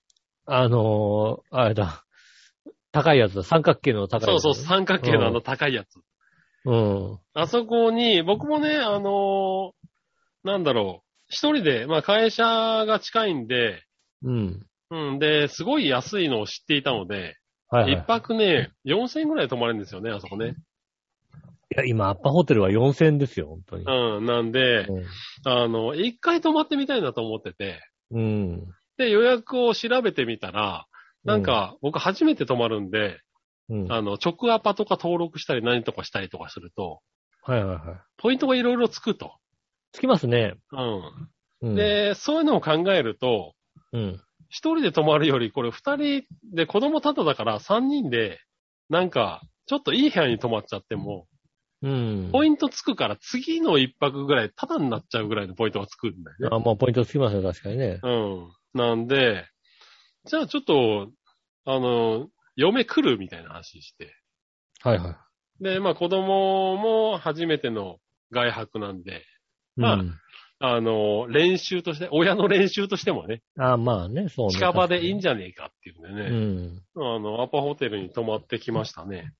あれだ。高いやつだ。三角形の高いやつ、 そうそう、三角形の高いやつ。 うん。 あそこに、僕もね、なんだろう。一人で、まあ会社が近いんで、で、すごい安いのを知っていたので、一泊ね、4000円ぐらい泊まれるんですよね、あそこね。 いや、今、アッパホテルは4000円ですよ、本当に。 なんで、一回泊まってみたいなと思ってて、で、予約を調べてみたら、なんか、僕初めて泊まるんで、直アパとか登録したり何とかしたりとかすると、ポイントがいろいろつくと。 つきますね。 で、そういうのを考えると、一人で泊まるより、これ二人で子供ただだから三人で、なんか、ちょっといい部屋に泊まっちゃっても、ポイントつくから次の一泊ぐらいタダになっちゃうぐらいのポイントがつくんだよね。 まあポイントつきますね、確かにね。 なんで、じゃあちょっと、嫁来るみたいな話して。で、まあ子供も初めての外泊なんで、まあ、練習として、親の練習としてもね。 まあね、そうね。 近場でいいんじゃねえかっていうんでね。アパホテルに泊まってきましたね。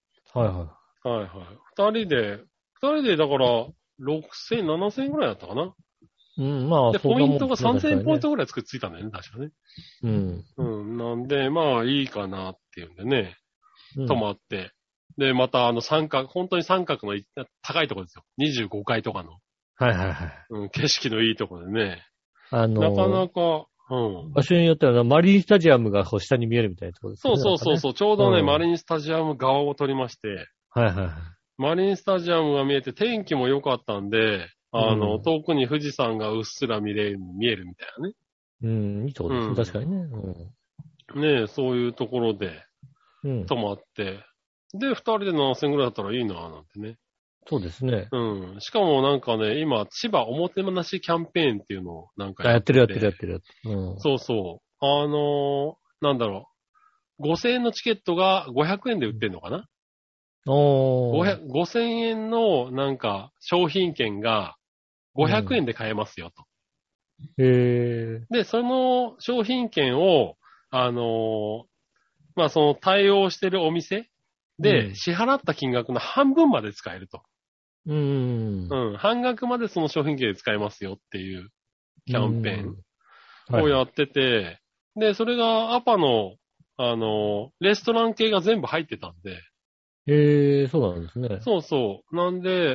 二人でだから、6000、7000ぐらいだったかな。 まあ、 で、ポイントが3000ポイントぐらいついたんだよね、確かね。なんで、まあ、いいかなっていうんでね、泊まって。で、また、本当に三角の高いところですよ。25階とかの。景色のいいところでね。なかなか、 場所によっては、マリンスタジアムが下に見えるみたいなところですね。 そう。ちょうどね、マリンスタジアム側を撮りまして。マリンスタジアムが見えて天気も良かったんで、遠くに富士山がうっすら見えるみたいなね。 いいところですね、確かにね。ねそういうところで、泊まって、で、二人で7000ぐらいだったらいいな、なんてね。 そうですね。 しかもなんかね、今、千葉おもてなしキャンペーンっていうのをなんかやってる。 そうそう。なんだろう。5000円のチケットが500円で売ってんのかな？5000円のなんか商品券が500円で買えますよと。で、その商品券を、まあ、その対応してるお店で支払った金額の半分まで使えると。半額までその商品券で使えますよっていうキャンペーンをやってて、で、それがアパの、レストラン系が全部入ってたんで、 そうなんですね。 そうそう。なんで、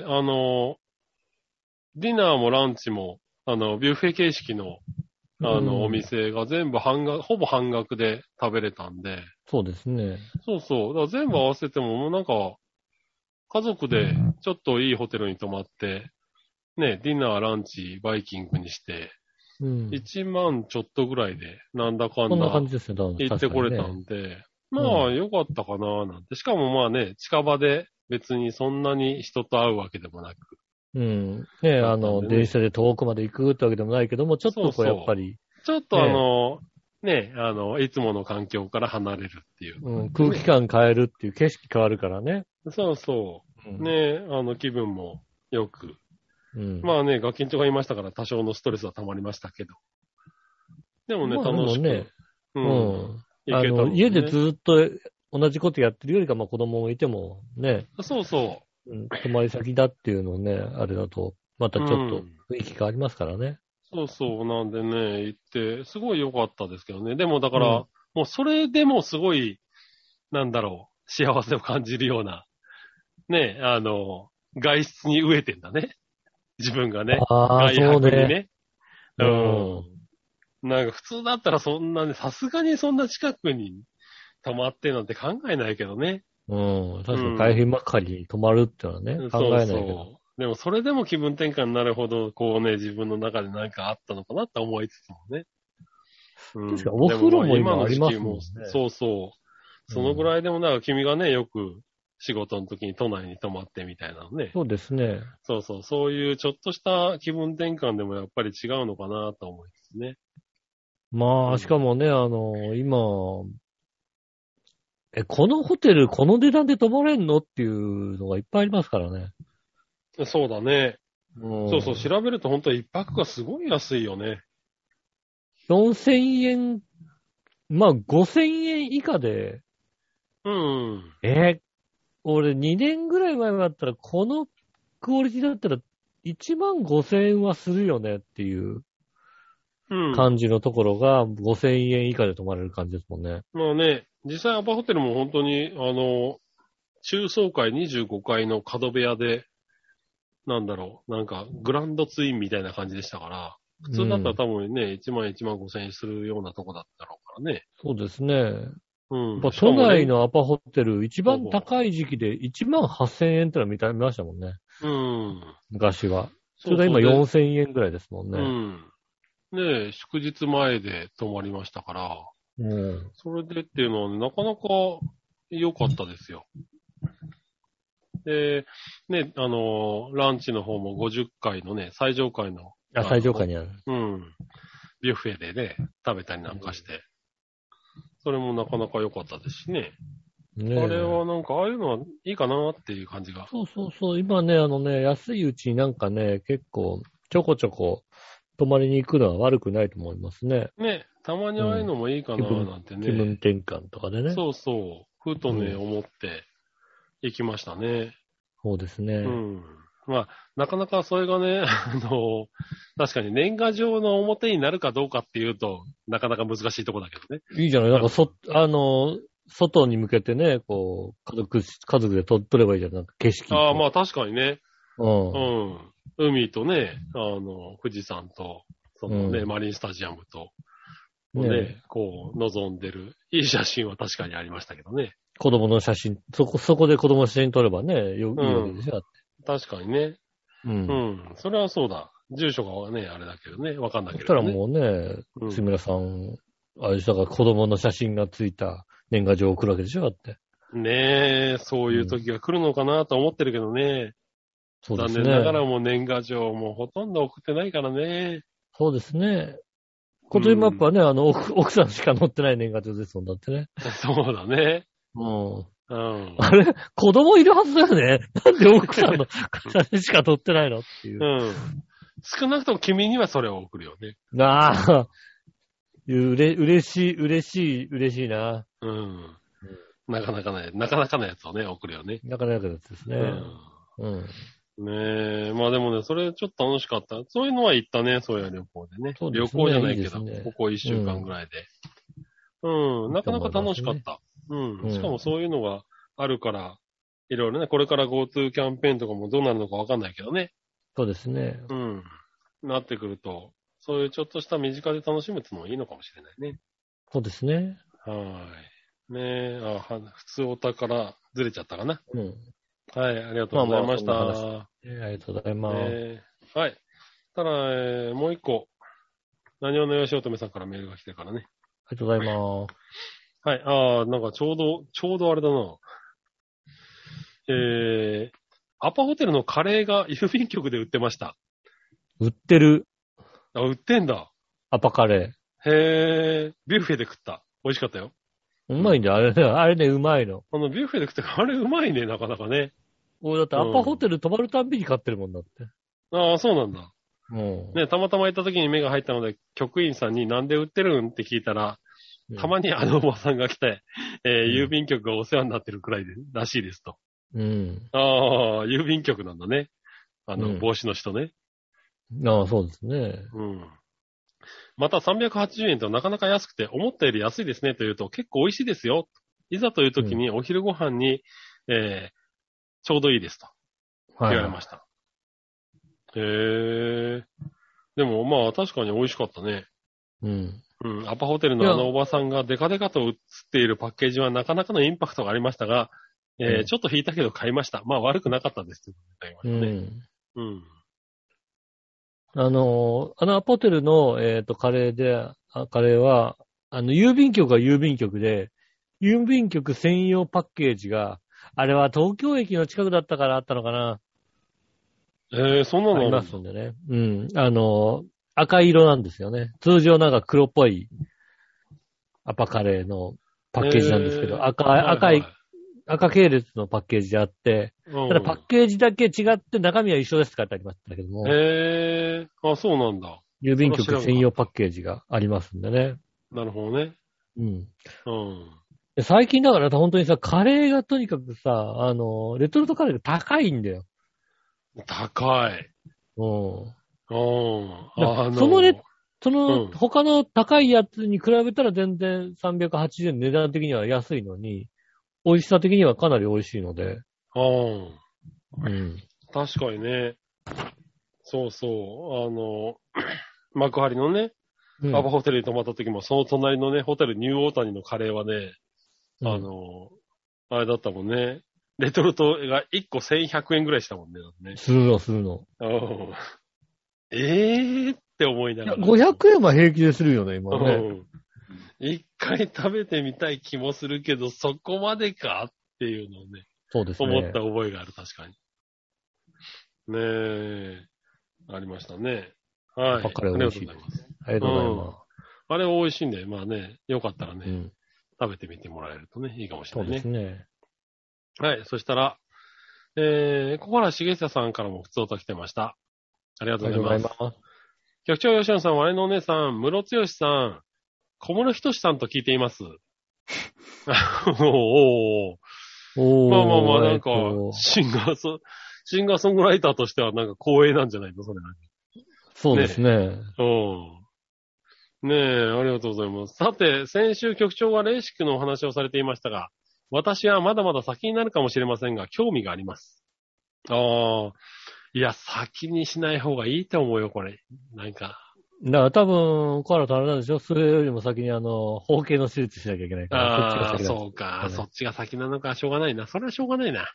ディナーもランチも、ビュッフェ形式の、お店が全部ほぼ半額で食べれたんで。 そうですね。 そうそう。だから全部合わせても、もうなんか、家族でちょっといいホテルに泊まって、ね、ディナー、ランチ、バイキングにして、1万ちょっとぐらいで、なんだかんだ、 こんな感じですね、 行ってこれたんで、まあ、よかったかな、なんて。しかもまあね、近場で別にそんなに人と会うわけでもなく。 ね、電車で遠くまで行くってわけでもないけども、ちょっとこうやっぱり。 ちょっとね、いつもの環境から離れるっていう、 空気感変えるっていう景色変わるからね。 そうそう。ね、気分もよく。まあね、ガキンチョがいましたから多少のストレスは溜まりましたけど。でもね、楽しく。 ね、家でずっと同じことやってるよりか、まあ子供もいてもね。 そうそう。 泊まり先だっていうのをね、あれだと、またちょっと雰囲気変わりますからね。 そうそう。なんでね、行って、すごい良かったですけどね。でもだから、もうそれでもすごい、なんだろう、幸せを感じるような、ね、外出に飢えてんだね。自分がね。外泊にね。なんか普通だったらそんなね、さすがにそんな近くに泊まってなんて考えないけどね。 確かに大変ばっかりに泊まるってのはね、考えないけど。 そう。でもそれでも気分転換になるほど、こうね、自分の中で何かあったのかなって思いつつもね。 確かにお風呂も今ありますもんね。 そうそう。そのぐらいでも、だから君がね、よく仕事の時に都内に泊まってみたいなのね。 そうですね。 そうそう。そういうちょっとした気分転換でもやっぱり違うのかなと思いますね。 まあ、しかもね、今、このホテル、この値段で泊まれんのっていうのがいっぱいありますからね。 そうだね。そうそう。調べると本当に一泊がすごい安いよね。 4000円、まあ5000円以下で、俺2年ぐらい前だったら、このクオリティだったら1万5000円はするよねっていう感じのところが5000円以下で泊まれる感じですもんね。 まあね、実際アパホテルも本当に、中層階25階の角部屋で、なんだろう、なんかグランドツインみたいな感じでしたから、普通だったら多分ね、1万5000円するようなとこだったろうからね。 そうですね。都内のアパホテル、一番高い時期で1万8000円ってのは見ましたもんね。昔は。それが今4000円ぐらいですもんね。 ねえ、祝日前で泊まりましたから、それでっていうのは、ね、なかなか良かったですよ。で、ね、ランチの方も50階のね、最上階の。 最上階にある。 ビュッフェでね、食べたりなんかして。それもなかなか良かったですしね。あれはなんか、ああいうのはいいかなっていう感じが。 そう。今ね、安いうちになんかね、結構、ちょこちょこ、泊まりに行くのは悪くないと思いますね。 ね、たまにああいうのもいいかななんてね。 気分転換とかでね。 そうそう。ふとね、思って行きましたね。 そうですね。 まあ、なかなかそれがね、確かに年賀状の表になるかどうかっていうと、なかなか難しいとこだけどね。 いいじゃない。なんか外に向けてね、こう、家族で撮ればいいじゃん。なんか景色。 まあ確かにね。海とね、富士山と、そのね、マリンスタジアムと、ね、こう、望んでる、いい写真は確かにありましたけどね。 子供の写真、そこで子供の写真撮ればね、いいわけでしょ。 確かにね。それはそうだ。住所がね、あれだけどね、わかんないけどね。 そしたらもうね、杉村さん、あれだから子供の写真がついた年賀状を送るわけでしょ、だって。 ねえ、そういう時が来るのかなと思ってるけどね。 そうですね。 残念ながらもう年賀状もほとんど送ってないからね。 そうですね。今年マップはね、奥さんしか載ってない年賀状ですもんだってね。 そうだね。 あれ子供いるはずだよね。なんで奥さんの写真しか載ってないのっていう。 少なくとも君にはそれを送るよね。 嬉しいな。 なかなかのやつをね、送るよね。 なかなかのやつですね。 ねえ、まあでもね、それちょっと楽しかった。そういうのは行ったね、そういう旅行でね。旅行じゃないけど、ここ1週間ぐらいで。なかなか楽しかった。しかもそういうのがあるから、 いろいろね、これから GoTo キャンペーンとかもどうなるのかわかんないけどね。 そうですね。 うん。なってくると、そういうちょっとした身近で楽しむっていうのもいいのかもしれないね。 そうですね。 はい。ねえ、普通お宝ずれちゃったかな。 うん。 はい、ありがとうございました。 ありがとうございます。 はい。ただ、もう一個、何をのよしおとめさんからメールが来てるからね。 ありがとうございます。 はい。なんかちょうどあれだな。アパホテルのカレーが郵便局で売ってました。 売ってる。 売ってんだ。 アパカレビュッフェで食った。美味しかったよ。 ー。うまいんだよ、あれね、うまいの。 ビュッフェで食ったから、あれうまいね、なかなかね。 俺だってアパホテル泊まるたんびに買ってるもんだって。 ああ、そうなんだ。 もね、たまたま行った時に目が入ったので、局員さんになんで売ってるんって聞いたら、たまにあのおばさんが来て、郵便局がお世話になってるくらいらしいですと。 うん。 ああ、郵便局なんだね。 うん帽子の人ね。 ああ、そうですね。 うん。また380円となかなか安くて、思ったより安いですねと言うと、結構美味しいですよ。いざという時にお昼ご飯に、ちょうどいいですと。言われました。へえ。でもまあ確かに美味しかったね。 うん。 うん。アパホテルのあのおばさんがデカデカと映っているパッケージはなかなかのインパクトがありましたが、ちょっと引いたけど買いました。まあ悪くなかったですということで買いましたね。うん。 アパホテルの、カレーは、郵便局は郵便局で、郵便局専用パッケージが、あれは東京駅の近くだったからあったのかな。 そんなのありますんでね。うん。赤色なんですよね。通常なんか黒っぽいアパカレーのパッケージなんですけど、赤系列のパッケージであって、ただパッケージだけ違って中身は一緒ですって書いてありましたけども。 そうなんだ。 郵便局専用パッケージがありますんでね。 なるほどね。 うん。最近だから本当にさ、カレーがとにかくさ、レトルトカレーが高いんだよ。 高い。 他の高いやつに比べたら全然380円値段的には安いのに、美味しさ的にはかなり美味しいので。 確かにね。そうそう。幕張のね、アパホテルに泊まった時も、その隣のね、ホテルニューオータニのカレーはね、あれだったもんね。レトルトが1個1100円ぐらいしたもんね。 するの。 って思いながら。 500円は平気でするよね、今ね。 一回食べてみたい気もするけど、そこまでかっていうのをね。 そうですね。 思った覚えがある、確かに。ねえ。ありましたね。はい。 ありがとうございます。ありがとうございます。 あれ美味しいんで、まあね、よかったらね、食べてみてもらえるとね、いいかもしれないね。 そうですね。 はい。そしたら、小原茂久さんからも普通と来てました。ありがとうございます。局長吉野さん、我のお姉さん、室剛さん、小室仁さんと聞いています。まあ、なんか、シンガーソングライターとしてはなんか光栄なんじゃないのそれ。 そうですね。 ねえ、ありがとうございます。さて、先週局長はレーシックのお話をされていましたが、私はまだまだ先になるかもしれませんが、興味があります。いや、先にしない方がいいと思うよ、これ。なんか。 だから多分、コアラとあれなんでしょ？それよりも先に包茎の手術しなきゃいけないから。 そうか。そっちが先なのか、しょうがないな。それはしょうがないな。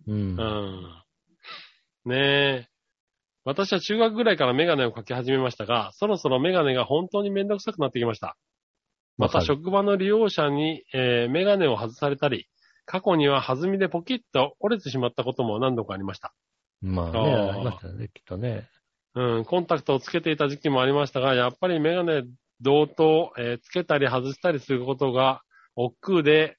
ねえ。私は中学ぐらいからメガネをかけ始めましたが、そろそろメガネが本当にめんどくさくなってきました。また職場の利用者に、メガネを外されたり、過去には弾みでポキッと折れてしまったことも何度かありました。 まあね、ありましたね、きっとね。 コンタクトをつけていた時期もありましたが、やっぱりメガネ同等、つけたり外したりすることが億劫で、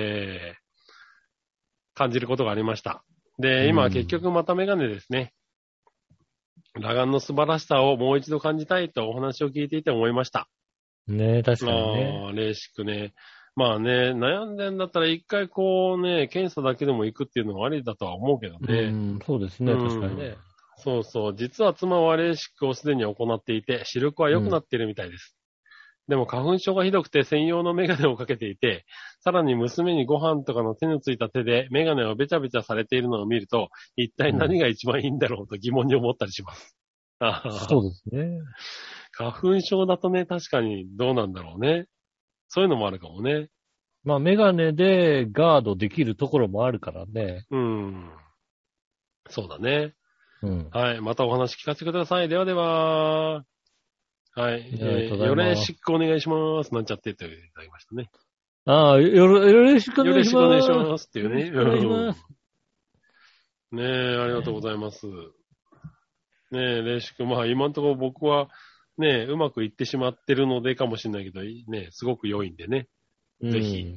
感じることがありました。で、今は結局またメガネですね。裸眼の素晴らしさをもう一度感じたいとお話を聞いていて思いました。 ねえ、確かにね。 レーシックね。まあね、悩んでんだったら一回こうね、検査だけでも行くっていうのはありだとは思うけどね。 そうですね、確かにね。 そうそう。実は妻はレーシックをすでに行っていて、視力は良くなっているみたいです。 でも花粉症がひどくて専用のメガネをかけていて、さらに娘にご飯とかの手のついた手でメガネをべちゃべちゃされているのを見ると、一体何が一番いいんだろうと疑問に思ったりします。 そうですね。 花粉症だとね、確かにどうなんだろうね。そういうのもあるかもね。 まあ、メガネでガードできるところもあるからね。 そうだね。 はい。 またお話聞かせてください。ではでは。はい。よろしくお願いします。なんちゃってといただきましたね。 よろしくお願いします。 よろしくお願いしますっていうね。 よろしくお願いします。 ねえ、ありがとうございます。ねえ、レシ君。まあ今のところ僕はね、うまくいってしまってるのでかもしれないけど、ね、すごく良いんでね。ぜひ、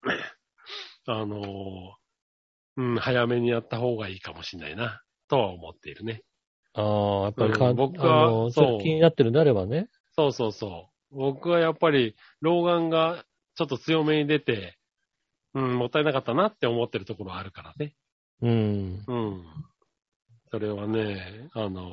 早めにやった方がいいかもしれないな、とは思っているね。 やっぱり僕は、 そう。気になってるんであればね。 そう。僕はやっぱり、老眼がちょっと強めに出て、もったいなかったなって思ってるところはあるからね。それはね、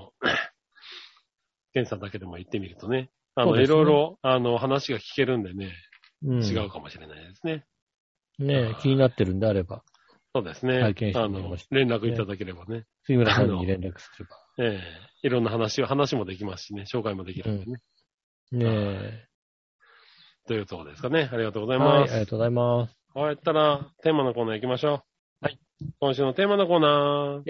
検査だけでも行ってみるとね、いろいろ、話が聞けるんでね、違うかもしれないですね。 ねえ、気になってるんであれば。 そうですね。連絡いただければね。 杉村さんに連絡すれば。 いろんな話もできますしね、紹介もできるんでね。 ねえ。 というところですかね。ありがとうございます。 はい、ありがとうございます。 はい、ったら、テーマのコーナー行きましょう。はい。 今週のテーマのコーナー。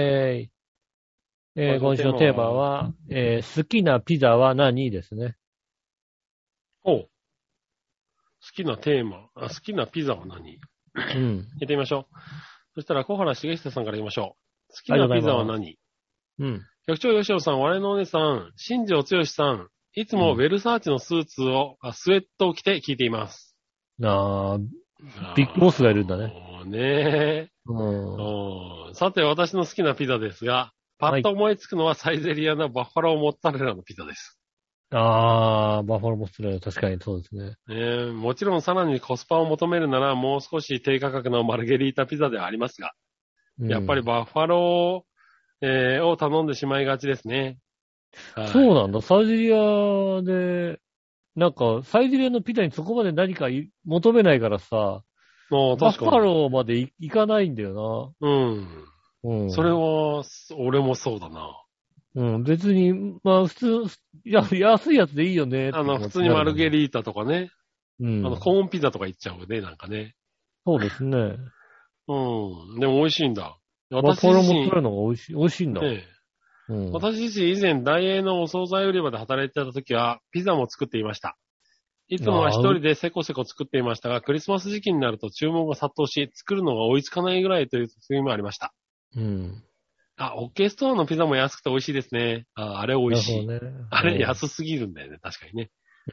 今週のテーマは、好きなピザは何ですね。 好きなテーマ、好きなピザは何？行ってみましょう。そしたら、小原茂久さんから行きましょう。好きなピザは何？局長吉尾さん、我のお姉さん、新庄剛志さん、いつもヴェルサーチのスウェットを着て聞いています。 ビッグボスがいるんだね。 ねえ。さて、私の好きなピザですが、パッと思いつくのはサイゼリアのバッファローモッツァレラのピザです。 バッファローモッツァレラ、確かにそうですね。 もちろんさらにコスパを求めるならもう少し低価格のマルゲリータピザではありますが、やっぱりバッファロー、を頼んでしまいがちですね。 そうなんだ。サイゼリアで、なんか、サイゼリアのピザにそこまで何か求めないからさ、バッファローまで行かないんだよな。それは、俺もそうだな。 別に、まあ普通、安いやつでいいよね。 普通にマルゲリータとかね。コーンピザとか行っちゃうね、なんかね。 そうですね。 でも美味しいんだ。 バッファローモッツァレラの方が美味しいんだ。 私自身以前、ダイエーのお惣菜売り場で働いてた時は、ピザも作っていました。いつもは一人でせこせこ作っていましたが、クリスマス時期になると注文が殺到し、作るのが追いつかないぐらいという時もありました。オッケーストアのピザも安くて美味しいですね。あれ美味しい。あれ安すぎるんだよね、確かにね。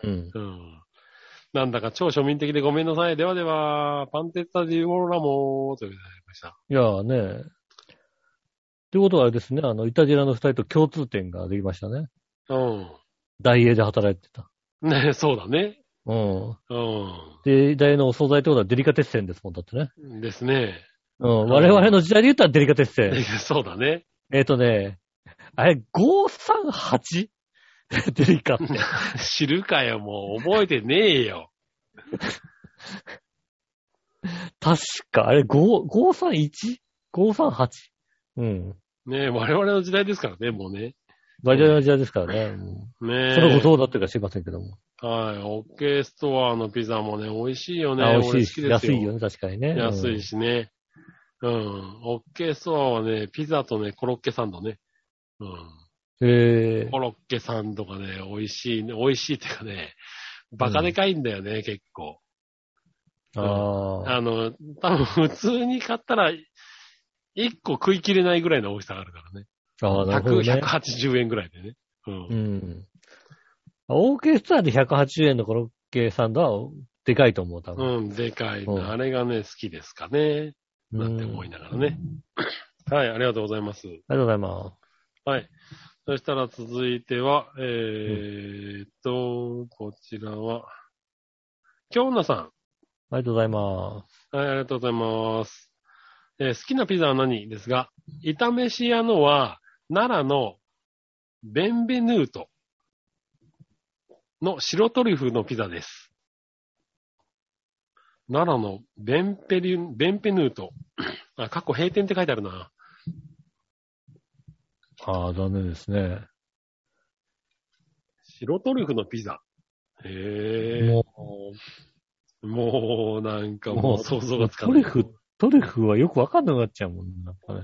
なんだか超庶民的でごめんなさい。ではでは、パンテッタディオラモーということになりました。 いやね。ということはあれですね、イタジラの二人と共通点ができましたね。ダイエーで働いてた。 ね、そうだね。 で、ダイエーのお惣菜ってことはデリカテッセンですもんだってね。 ですね。 我々の時代で言ったらデリカテッセン。 そうだね。 あれ、538? デリカって。 知るかよ、もう。覚えてねえよ。 確か、あれ、531?538? ねえ、我々の時代ですからね、もうね。 我々の時代ですからね。ねえ。その後どうだってるか知りませんけども。 はい。オッケーストアのピザもね、美味しいよね。 美味しいし。安いよね、確かにね。 安いしね。オッケーストアはね、ピザとね、コロッケサンドね。コロッケサンドがね、美味しいね。美味しいっていうかね、バカでかいんだよね、結構。多分普通に買ったら、1個食い切れないぐらいの美味しさがあるからね。 なるほどね。 180円ぐらいでね。 オーケストラで180円のコロッケサンドはでかいと思う、多分。 でかいな。あれがね、好きですかね。なんて思いながらね。はい、ありがとうございます。ありがとうございます。 はい。そしたら続いては、こちらは、京女さん。 ありがとうございます。 はい、ありがとうございます。好きなピザは何ですが、炒めし屋のは、奈良のベンベヌート。 の白トリュフのピザです。奈良のベンペヌート。過去閉店って書いてあるな。 ああ、残念ですね。 白トリュフのピザ。へえ。もう、なんかもう想像がつかない。 トリュフはよくわかんなくなっちゃうもんね。なんかね。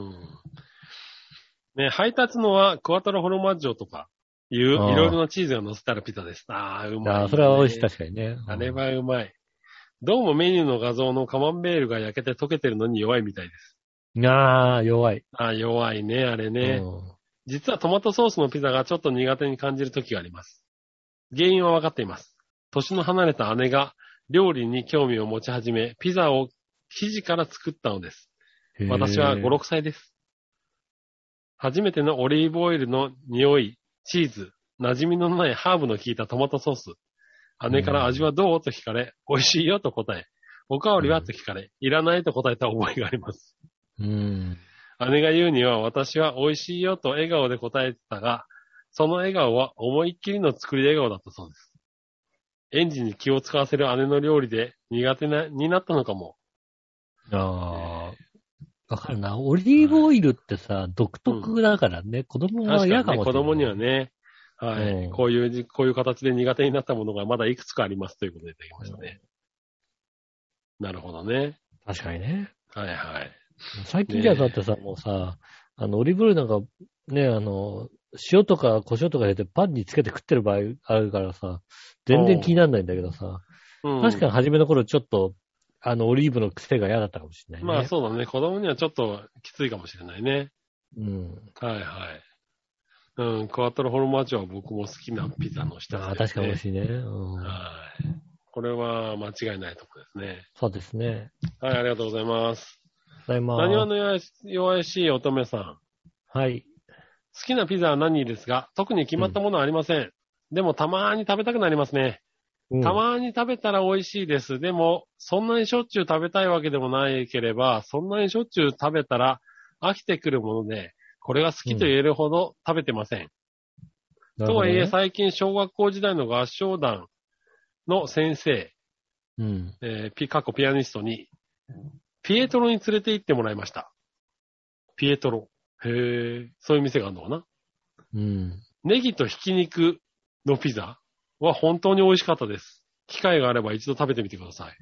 ね、配達のはクワトロフォルマッジョとかいろいろなチーズが乗せたらピザです。ああ、うまい、ね。ああ、 それは美味しい、確かにね。 あれはうまい。どうもメニューの画像のカマンベールが焼けて溶けてるのに弱いみたいです。 ああ、弱い。 ああ、弱いね、あれね。実はトマトソースのピザがちょっと苦手に感じる時があります。原因は分かっています。年の離れた姉が料理に興味を持ち始め、ピザを生地から作ったのです。私は5、6歳です。初めてのオリーブオイルの匂い、チーズ、馴染みのないハーブの効いたトマトソース。姉から味はどうと聞かれ、美味しいよと答え、おかわりはと聞かれ、いらないと答えた覚えがあります。姉が言うには私は美味しいよと笑顔で答えてたが、その笑顔は思いっきりの作り笑顔だったそうです。園児に気を使わせる姉の料理で苦手になったのかも。 ああ。わかるな。オリーブオイルってさ、独特だからね、子供は嫌かもしれない。 子供にはね、はい、こういう形で苦手になったものがまだいくつかありますということでいただきましたね。なるほどね。 確かにね。 はいはい。 最近じゃだってさ、もうさ、オリーブオイルなんかね、塩とか胡椒とか入れてパンにつけて食ってる場合あるからさ、全然気にならないんだけどさ、確かに初めの頃ちょっと、オリーブの癖が嫌だったかもしれないね。 まあそうだね。子供にはちょっときついかもしれないね。はいはい。クワトロフォルマッジョは僕も好きなピザの一つですね。 確かに美味しいね。 はい。これは間違いないところですね。 そうですね。 はい、ありがとうございます。 ございます。 何話の弱々しい乙女さん。 はい。 好きなピザは何ですが、特に決まったものはありません。でもたまーに食べたくなりますね。たまーに食べたら美味しいです。でも、そんなにしょっちゅう食べたいわけでもないければ、そんなにしょっちゅう食べたら飽きてくるもので、これが好きと言えるほど食べてません。とはいえ、最近小学校時代の合唱団の先生、ピアニストに、ピエトロに連れて行ってもらいました。ピエトロ。へえ、そういう店があるのかな？ネギとひき肉のピザは本当に美味しかったです。機会があれば一度食べてみてください。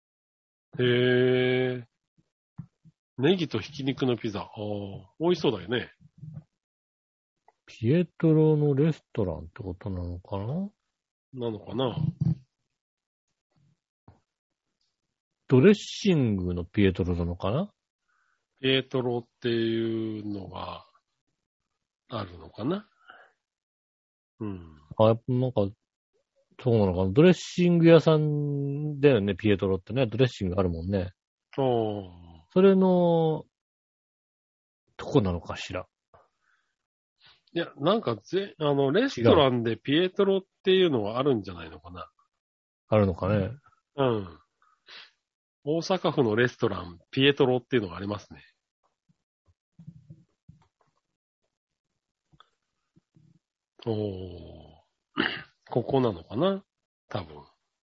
へえ。ネギとひき肉のピザ。美味しそうだよね。 ピエトロのレストランってことなのかな？ なのかな？ ドレッシングのピエトロなのかな？ ピエトロっていうのがあるのかな？ やっぱなんか、そうなのかな。ドレッシング屋さんだよね、ピエトロってね。ドレッシングあるもんね。それの、どこなのかしら。 いや、なんかレストランでピエトロっていうのはあるんじゃないのかな。 あるのかね。 大阪府のレストラン、ピエトロっていうのがありますね。ここなのかな？多分。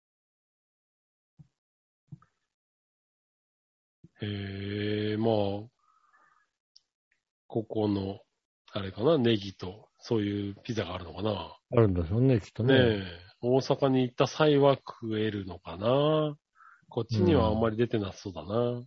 まあ、ここの、あれかな、ネギと、そういうピザがあるのかな。 あるんだよね、きっとね。 ねえ、大阪に行った際は食えるのかな。こっちにはあんまり出てなそうだな。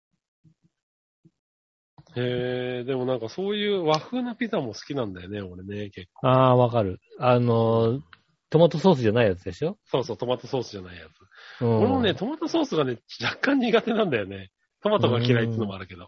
でもなんかそういう和風なピザも好きなんだよね、俺ね、結構。 わかる。トマトソースじゃないやつでしょ？ そうそう、トマトソースじゃないやつ。俺もね、トマトソースがね、若干苦手なんだよね。トマトが嫌いっていうのもあるけど。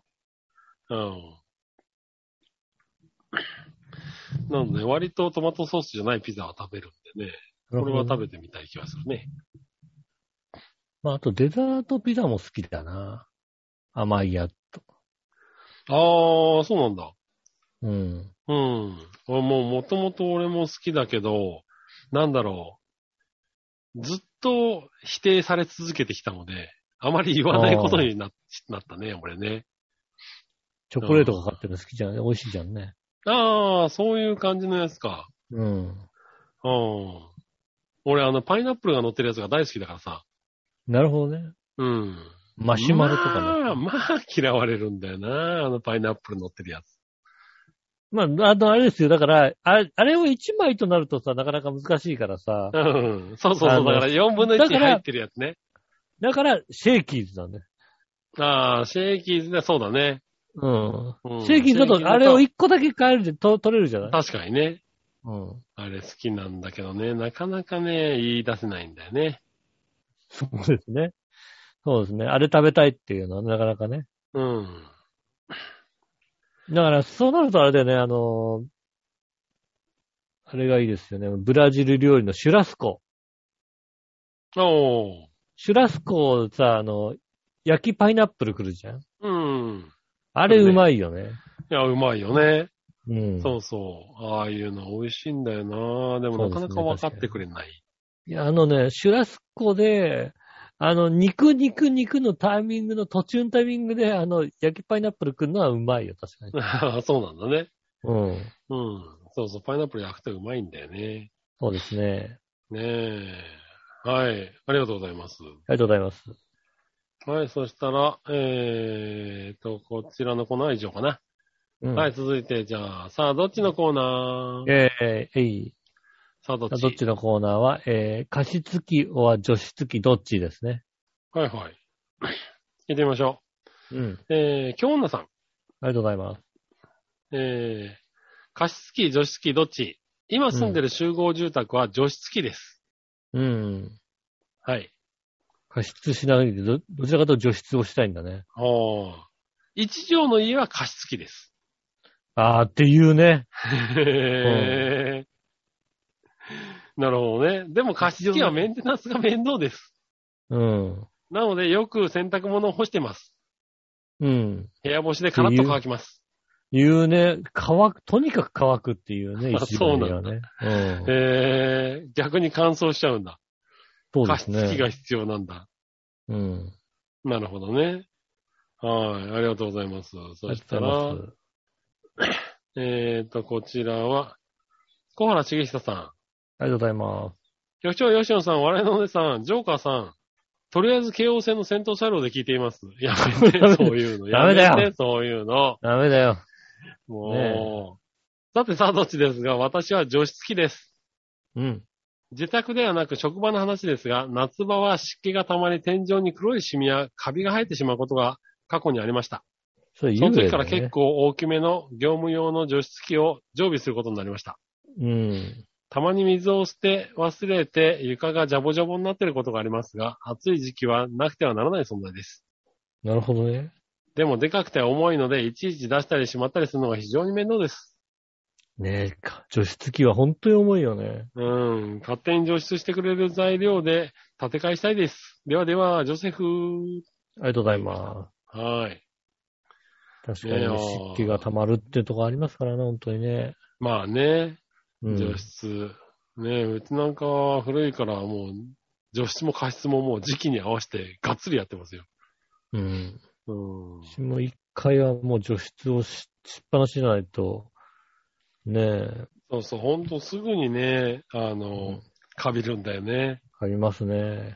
なので、割とトマトソースじゃないピザは食べるんでね。これは食べてみたい気がするね。 あとデザートピザも好きだな。甘いやつと。 そうなんだ。もともと俺も好きだけど、なんだろう。ずっと否定され続けてきたので、あまり言わないことになったね、俺ね。 チョコレートがかかってるの好きじゃんね。美味しいじゃんね。 そういう感じのやつか。 俺パイナップルが乗ってるやつが大好きだからさ。 なるほどね。 うん。 マシュマロとかね。 まあ嫌われるんだよな、パイナップル乗ってるやつ。 まあ、あれですよ。だから、あれを1枚となるとさ、なかなか難しいからさ。 うん。そうそうそう。だから4分の1入ってるやつね。 だから、シェーキーズだね。 ああ、シェーキーズね、そうだね。 うん。シェーキーズだと、あれを1個だけ変えるで取れるじゃない？ 確かにね。 うん。 あれ好きなんだけどね、なかなかね、言い出せないんだよね。 そうですね。そうですね。あれ食べたいっていうのはなかなかね。 うん。 だから、そうなるとあれだよね、あれがいいですよね。ブラジル料理のシュラスコ。 おー。 シュラスコさ、焼きパイナップル来るじゃん。 うん。 あれうまいよね。 いや、うまいよね。 うん。 そうそう。ああいうの美味しいんだよな。でもなかなか分かってくれない。 いや、シュラスコで、肉のタイミングの途中のタイミングで、焼きパイナップル来るのはうまいよ、確かに。そうなんだね。 うん。 うん。そうそう、パイナップル焼くとうまいんだよね。 そうですね。 ねえ。はい。ありがとうございます。 ありがとうございます。 はい、そしたら、こちらのコーナーは以上かな。うん、はい、続いて、じゃあ、さあ、どっちのコーナー？さあ、どっちのコーナーは、加湿器は除湿器どっちですね。 はいはい。聞いてみましょう。うん。京女さん。ありがとうございます。 加湿器、除湿器どっち？今住んでる集合住宅は除湿器です。 うん。 はい。 加湿しないで、どちらかというと除湿をしたいんだね。 一畳の家は加湿器です。 あーっていうね。 なるほどね。でも加湿器はメンテナンスが面倒です。 うん。 なのでよく洗濯物を干してます。 うん。 部屋干しでカラッと乾きます。 いうね、とにかく乾くっていうね、 一番いいよね。そうなんだ。逆に乾燥しちゃうんだ。 そうですね。 加湿器が必要なんだ。 うん。 なるほどね。はい。ありがとうございます。そしたら、こちらは、小原茂久さん。 ありがとうございます。 局長、吉野さん、笑いのお姉さん、ジョーカーさん。とりあえず京王線の先頭車両で聞いています。やめて、そういうの。 ダメだよ。 やめて、そういうの。 ダメだよ。 もう。さてさあ、どっちですが、私は除湿器です。 うん。 自宅ではなく職場の話ですが、夏場は湿気が溜まり天井に黒いシミやカビが生えてしまうことが過去にありました。その時から結構大きめの業務用の除湿器を常備することになりました。 うん。 たまに水を捨て忘れて床がジャボジャボになっていることがありますが、暑い時期はなくてはならない存在です。 なるほどね。 でもでかくて重いので、いちいち出したりしまったりするのが非常に面倒です。 ねえ、除湿器は本当に重いよね。 勝手に除湿してくれる材料で建て替えしたいです。ではでは、ジョセフ。 ありがとうございます。 はい。 確かに湿気が溜まるってとこありますからね、本当にね。 まあね。除湿。ねえ、うちなんかは古いからもう、除湿も加湿ももう時期に合わせてがっつりやってますよ。 うん。私も一回はもう除湿をしっぱなしじゃないと、ねえ。 そうそう、ほんとすぐにね、カビるんだよね。 カビますね。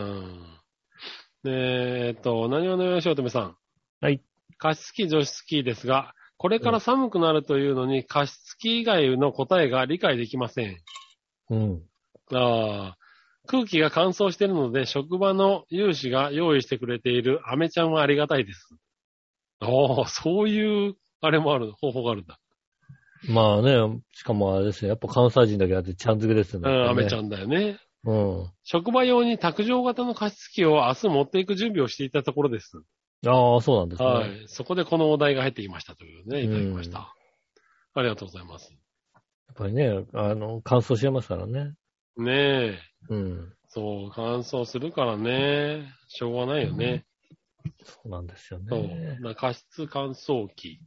で、何話のよしおとめさん。 はい。 加湿器、除湿器ですが、これから寒くなるというのに、加湿器以外の答えが理解できません。 うん。 空気が乾燥しているので、職場の有志が用意してくれているアメちゃんはありがたいです。そういう、あれもある、方法があるんだ。 まあね、しかもあれですよ。やっぱ関西人だけあってちゃん付けですよね。 アメちゃんだよね。 うん。 職場用に卓上型の加湿器を明日持っていく準備をしていたところです。 ああ、そうなんですね。 はい。そこでこのお題が入ってきましたというね、いただきました。ありがとうございます。 やっぱりね、乾燥してますからね。 ねえ。 うん。 そう、乾燥するからね。しょうがないよね。 そうなんですよね。 そう。加湿乾燥機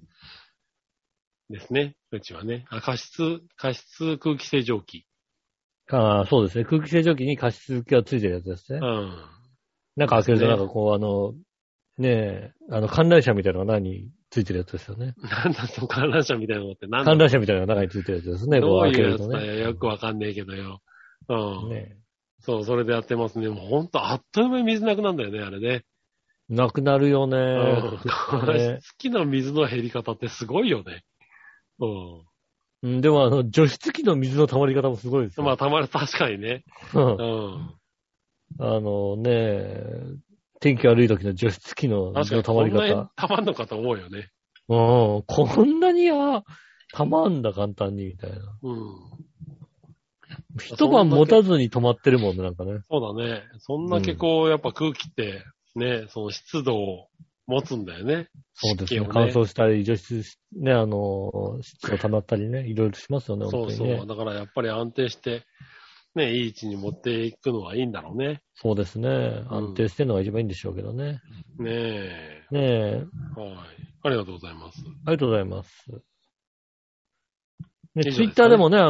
ですね。うちはね。加湿空気清浄機。 そうですね。空気清浄機に加湿器がついてるやつですね。なんか開けるとなんかこうねえ、観覧車みたいなのが中についてるやつですよね。 なんだと観覧車みたいなのって何だ観覧車みたいなのが中についてるやつですね。 どういうやつだよ。よくわかんねえけどよ。 うん。 ね。 そう、それでやってますね。もうほんと、あっという間に水なくなるんだよね、あれね。 なくなるよね。 うん。 ね好きな水の減り方ってすごいよね。 うん、でも除湿器の水の溜まり方もすごいですよ。 まあ、確かにね。 ううんん。 ね、天気悪い時の除湿器の確かに、 水の溜まりこんなに方。 溜まんのかと思うよね。 うん、こんなに溜まんだ、簡単に、みたいな。 うん。 一晩持たずに止まってるもんね、なんかね。 そうだね。そんだけこう、やっぱ空気って、ね、その湿度を持つんだよね。 そうですね。 湿気を乾燥したり、除湿し、ね、湿度溜まったりね、いろいろしますよね、 そう本当にね。 そう。だからやっぱり安定して、ね、いい位置に持っていくのはいいんだろうね。 そうですね。安定してるのが一番いいんでしょうけどね。 ねえ。 ねえ。 はい。ありがとうございます。 ありがとうございます。ね、 いいじゃないですかねツイッターでもね、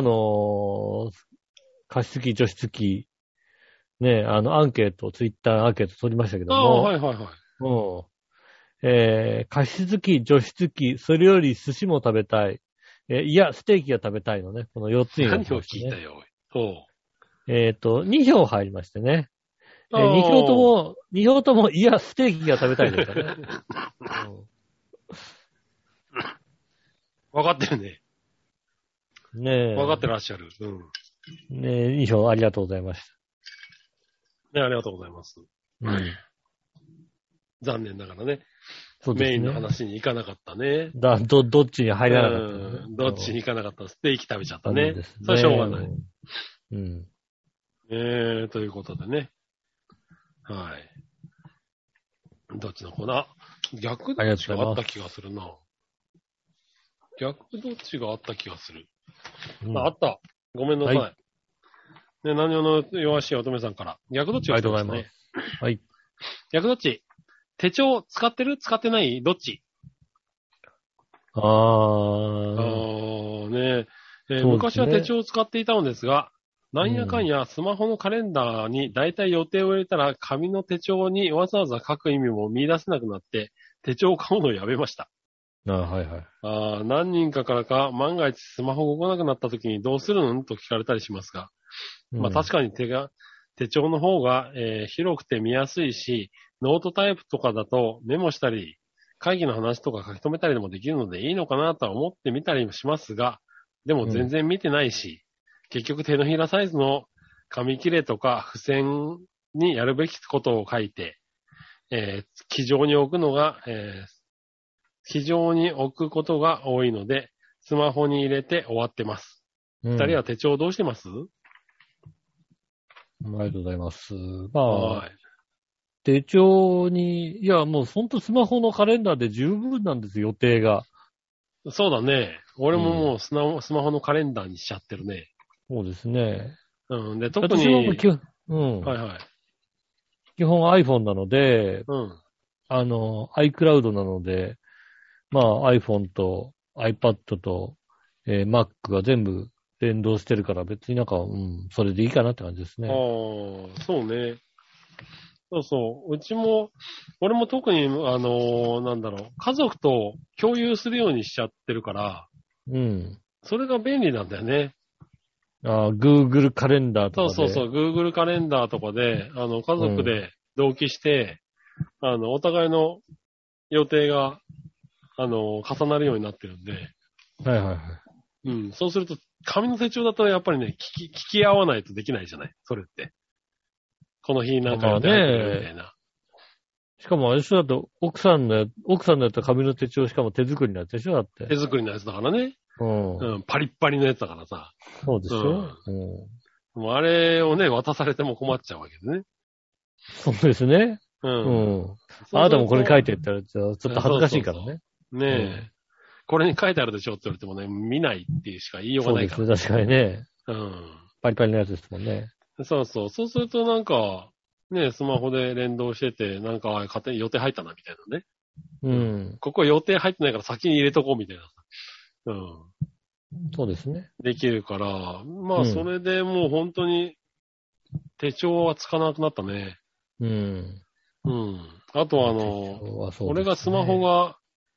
加湿器、除湿器、ね、アンケート、ツイッターアンケート取りましたけどああ、 も、 はいはいはい。 加湿器、除湿器、それより寿司も食べたい。いや、ステーキが食べたいのね。この4つにな何をりましてね。 聞いたよ、おい。 2票入りましてね。 あー 2票とも、いや、ステーキが食べたいですからね。 分かってるね。 ねえ。 分かってらっしゃる。うん。 ねえ、2票ありがとうございましね、ありがとうございます。 た。うん。 残念ながらね。 そうですね。 メインの話に行かなかったね。 どっちに入らなかったのね、 うん。どっちに行かなかったステーキ食べちゃったね。 そうですね。 それはしょうがない。 うん。 ということでね。はい。どっちのコーナー逆どっちがあった気がするな。逆どっちがあった気がする。 うんあった。ごめんなさい。 はね、何をの弱しい乙女さんから。逆どっちがありがとうございねます。はい。 逆どっち手帳使ってる使ってないどっちね昔は手帳を使っていたのですが、なんやかんやスマホのカレンダーに大体予定を入れたら紙の手帳にわざわざ書く意味も見出せなくなって手帳を買うのをやめました。 はいはい。 何人かからか万が一スマホが来なくなった時にどうするのと聞かれたりしますが、まあ確かに手帳の方が、広くて見やすいし、ノートタイプとかだとメモしたり、会議の話とか書き留めたりでもできるのでいいのかなとは思ってみたりもしますが、でも全然見てないし、結局手のひらサイズの紙切れとか付箋にやるべきことを書いて、机上に置くのが、机上に置くことが多いので、スマホに入れて終わってます。二人は手帳どうしてます？ ありがとうございます。まあ、 はい。 手帳に、いや、もうほんとスマホのカレンダーで十分なんですよ、予定が。 そうだね。俺ももうスマホのカレンダーにしちゃってるね。 そうですね。 うん。で、特私もに、はいはい。 基本 iPhone なので、 うん。 iCloud なので、まあ iPhone と iPad と、Mac が全部連動してるから別になんか、それでいいかなって感じですね。 そうね。そうそう。俺も特に、家族と共有するようにしちゃってるから、それが便利なんだよね。 Google カレンダーとかで。 そう、Google カレンダーとかで、家族で同期して、お互いの予定が、重なるようになってるんで。 はいはいはい。 うん。そうすると、紙の手帳だとやっぱりね、聞き合わないとできないじゃないそれって。この日なんか予定入ってるみたいな。 しかもあれでしょだと、奥さんのやった紙の手帳しかも手作りのやつでしょだって。 手作りのやつだからね。パリッパリのやつだからさ。 そうですよ。 もうあれをね、渡されても困っちゃうわけでね。 そうですね。あなたもこれ書いてって言ったら、ちょっと恥ずかしいからね。 ねえ。これに書いてあるでしょって言われてもね、見ないっていうしか言いようがないから。 そうです、確かにね。 うん。 パリパリのやつですもんね。 そうそう。そうするとなんか、ね、スマホで連動してて、なんか勝手に予定入ったなみたいなね。ここ予定入ってないから先に入れとこうみたいな。 そうですね。 できるから、まあそれでもう本当に手帳はつかなくなったね。あと俺がスマホが、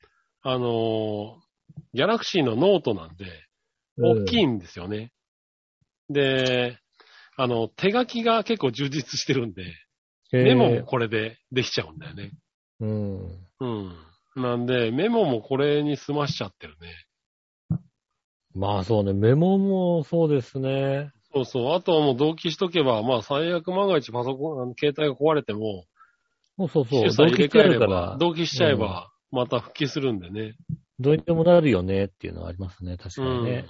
ギャラクシーのノートなんで、大きいんですよね。で、 手書きが結構充実してるんで、メモもこれでできちゃうんだよね。 うん。 うん。なんで、メモもこれに済ましちゃってるね。 まあそうね、メモもそうですね。 そうそう。あとはもう同期しとけば、まあ最悪万が一パソコン、携帯が壊れても、 そうそう。 主さ入れ替えればから、 同期しちゃえば、また復帰するんでね。 どうにでもなるよねっていうのはありますね、確かにね。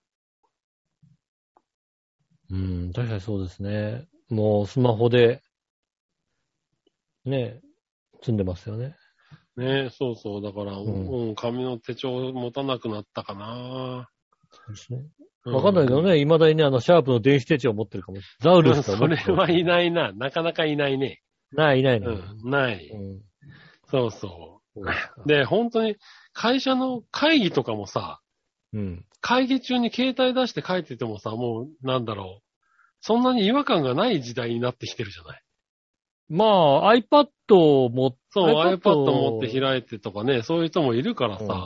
確かにそうですね。もうスマホで、ね、積んでますよね。 ね、そうそう。だから、紙の手帳持たなくなったかな。 そうですね。わかんないけどね、未だにね、シャープの電子手帳を持ってるかも。ザウルスとそれはいないな。なかなかいないね。 ないね。 ない。そうそう。で、本当に、会社の会議とかもさ、会議中に携帯出して書いててもさ、もう、なんだろう。そんなに違和感がない時代になってきてるじゃない。 まあ、iPad を持って、 そう、iPad 持って開いてとかね、そういう人もいるからさ、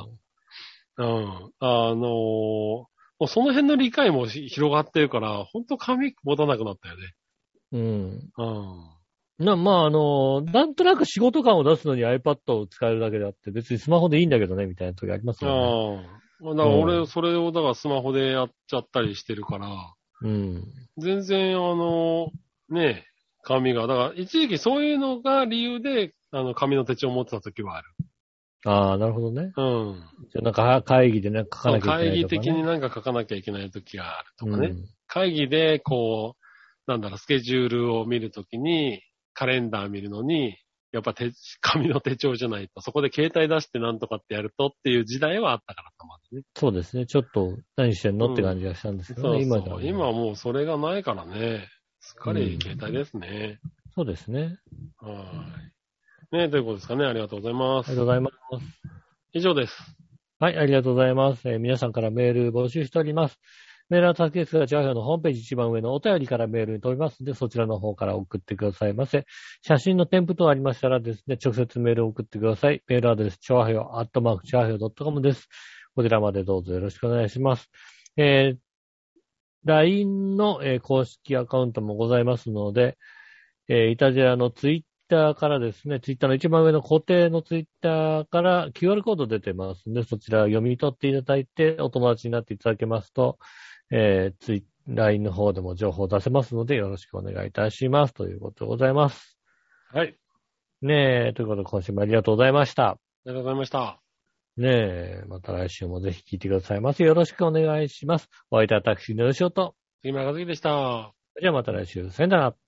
もうその辺の理解も広がってるから、ほんと紙持たなくなったよね。 まあ、なんとなく仕事感を出すのに iPad を使えるだけであって、別にスマホでいいんだけどね、みたいな時ありますよね。 だから俺、それをだからスマホでやっちゃったりしてるから、全然ね、紙が、だから一時期そういうのが理由で、紙の手帳を持ってた時はある。 ああ、なるほどね。じゃあなんか会議でなんか書かなきゃいけないとか、ね。 会議的になんか書かなきゃいけない時があるとかね。会議でこう、なんだろう、スケジュールを見るときに、カレンダー見るのに、やっぱ紙の手帳じゃないと、そこで携帯出してなんとかってやるとっていう時代はあったからたまにね。 そうですね。ちょっと何してんのって感じがしたんですけどね、 そうそう。今はもうそれがないからね。すっかり携帯ですね。 そうですね。 ね、ということですかね。ありがとうございます。 ありがとうございます。 以上です。 はい、ありがとうございます。皆さんからメール募集しております。メールは先ですが、チャーハンのホームページ一番上のお便りからメールに飛びますので、そちらの方から送ってくださいませ。写真の添付等ありましたらですね、直接メールを送ってください。メールアドレス、チョアヘヨ、@chahyo.com です。こちらまでどうぞよろしくお願いします。LINE の、公式アカウントもございますので、イタジェラのツイッターからですね、ツイッターの一番上の固定のツイッターから QR コード出てますので、そちら読み取っていただいて、お友達になっていただけますと、LINE の方でも情報を出せますので、よろしくお願いいたします。ということでございます。 はい。 ねえ、ということで今週もありがとうございました。 ありがとうございました。 ねえ、また来週もぜひ聞いてくださいませ。よろしくお願いします。お相手は私、のよしおと。 杉村和樹でした。 じゃあまた来週。さよなら。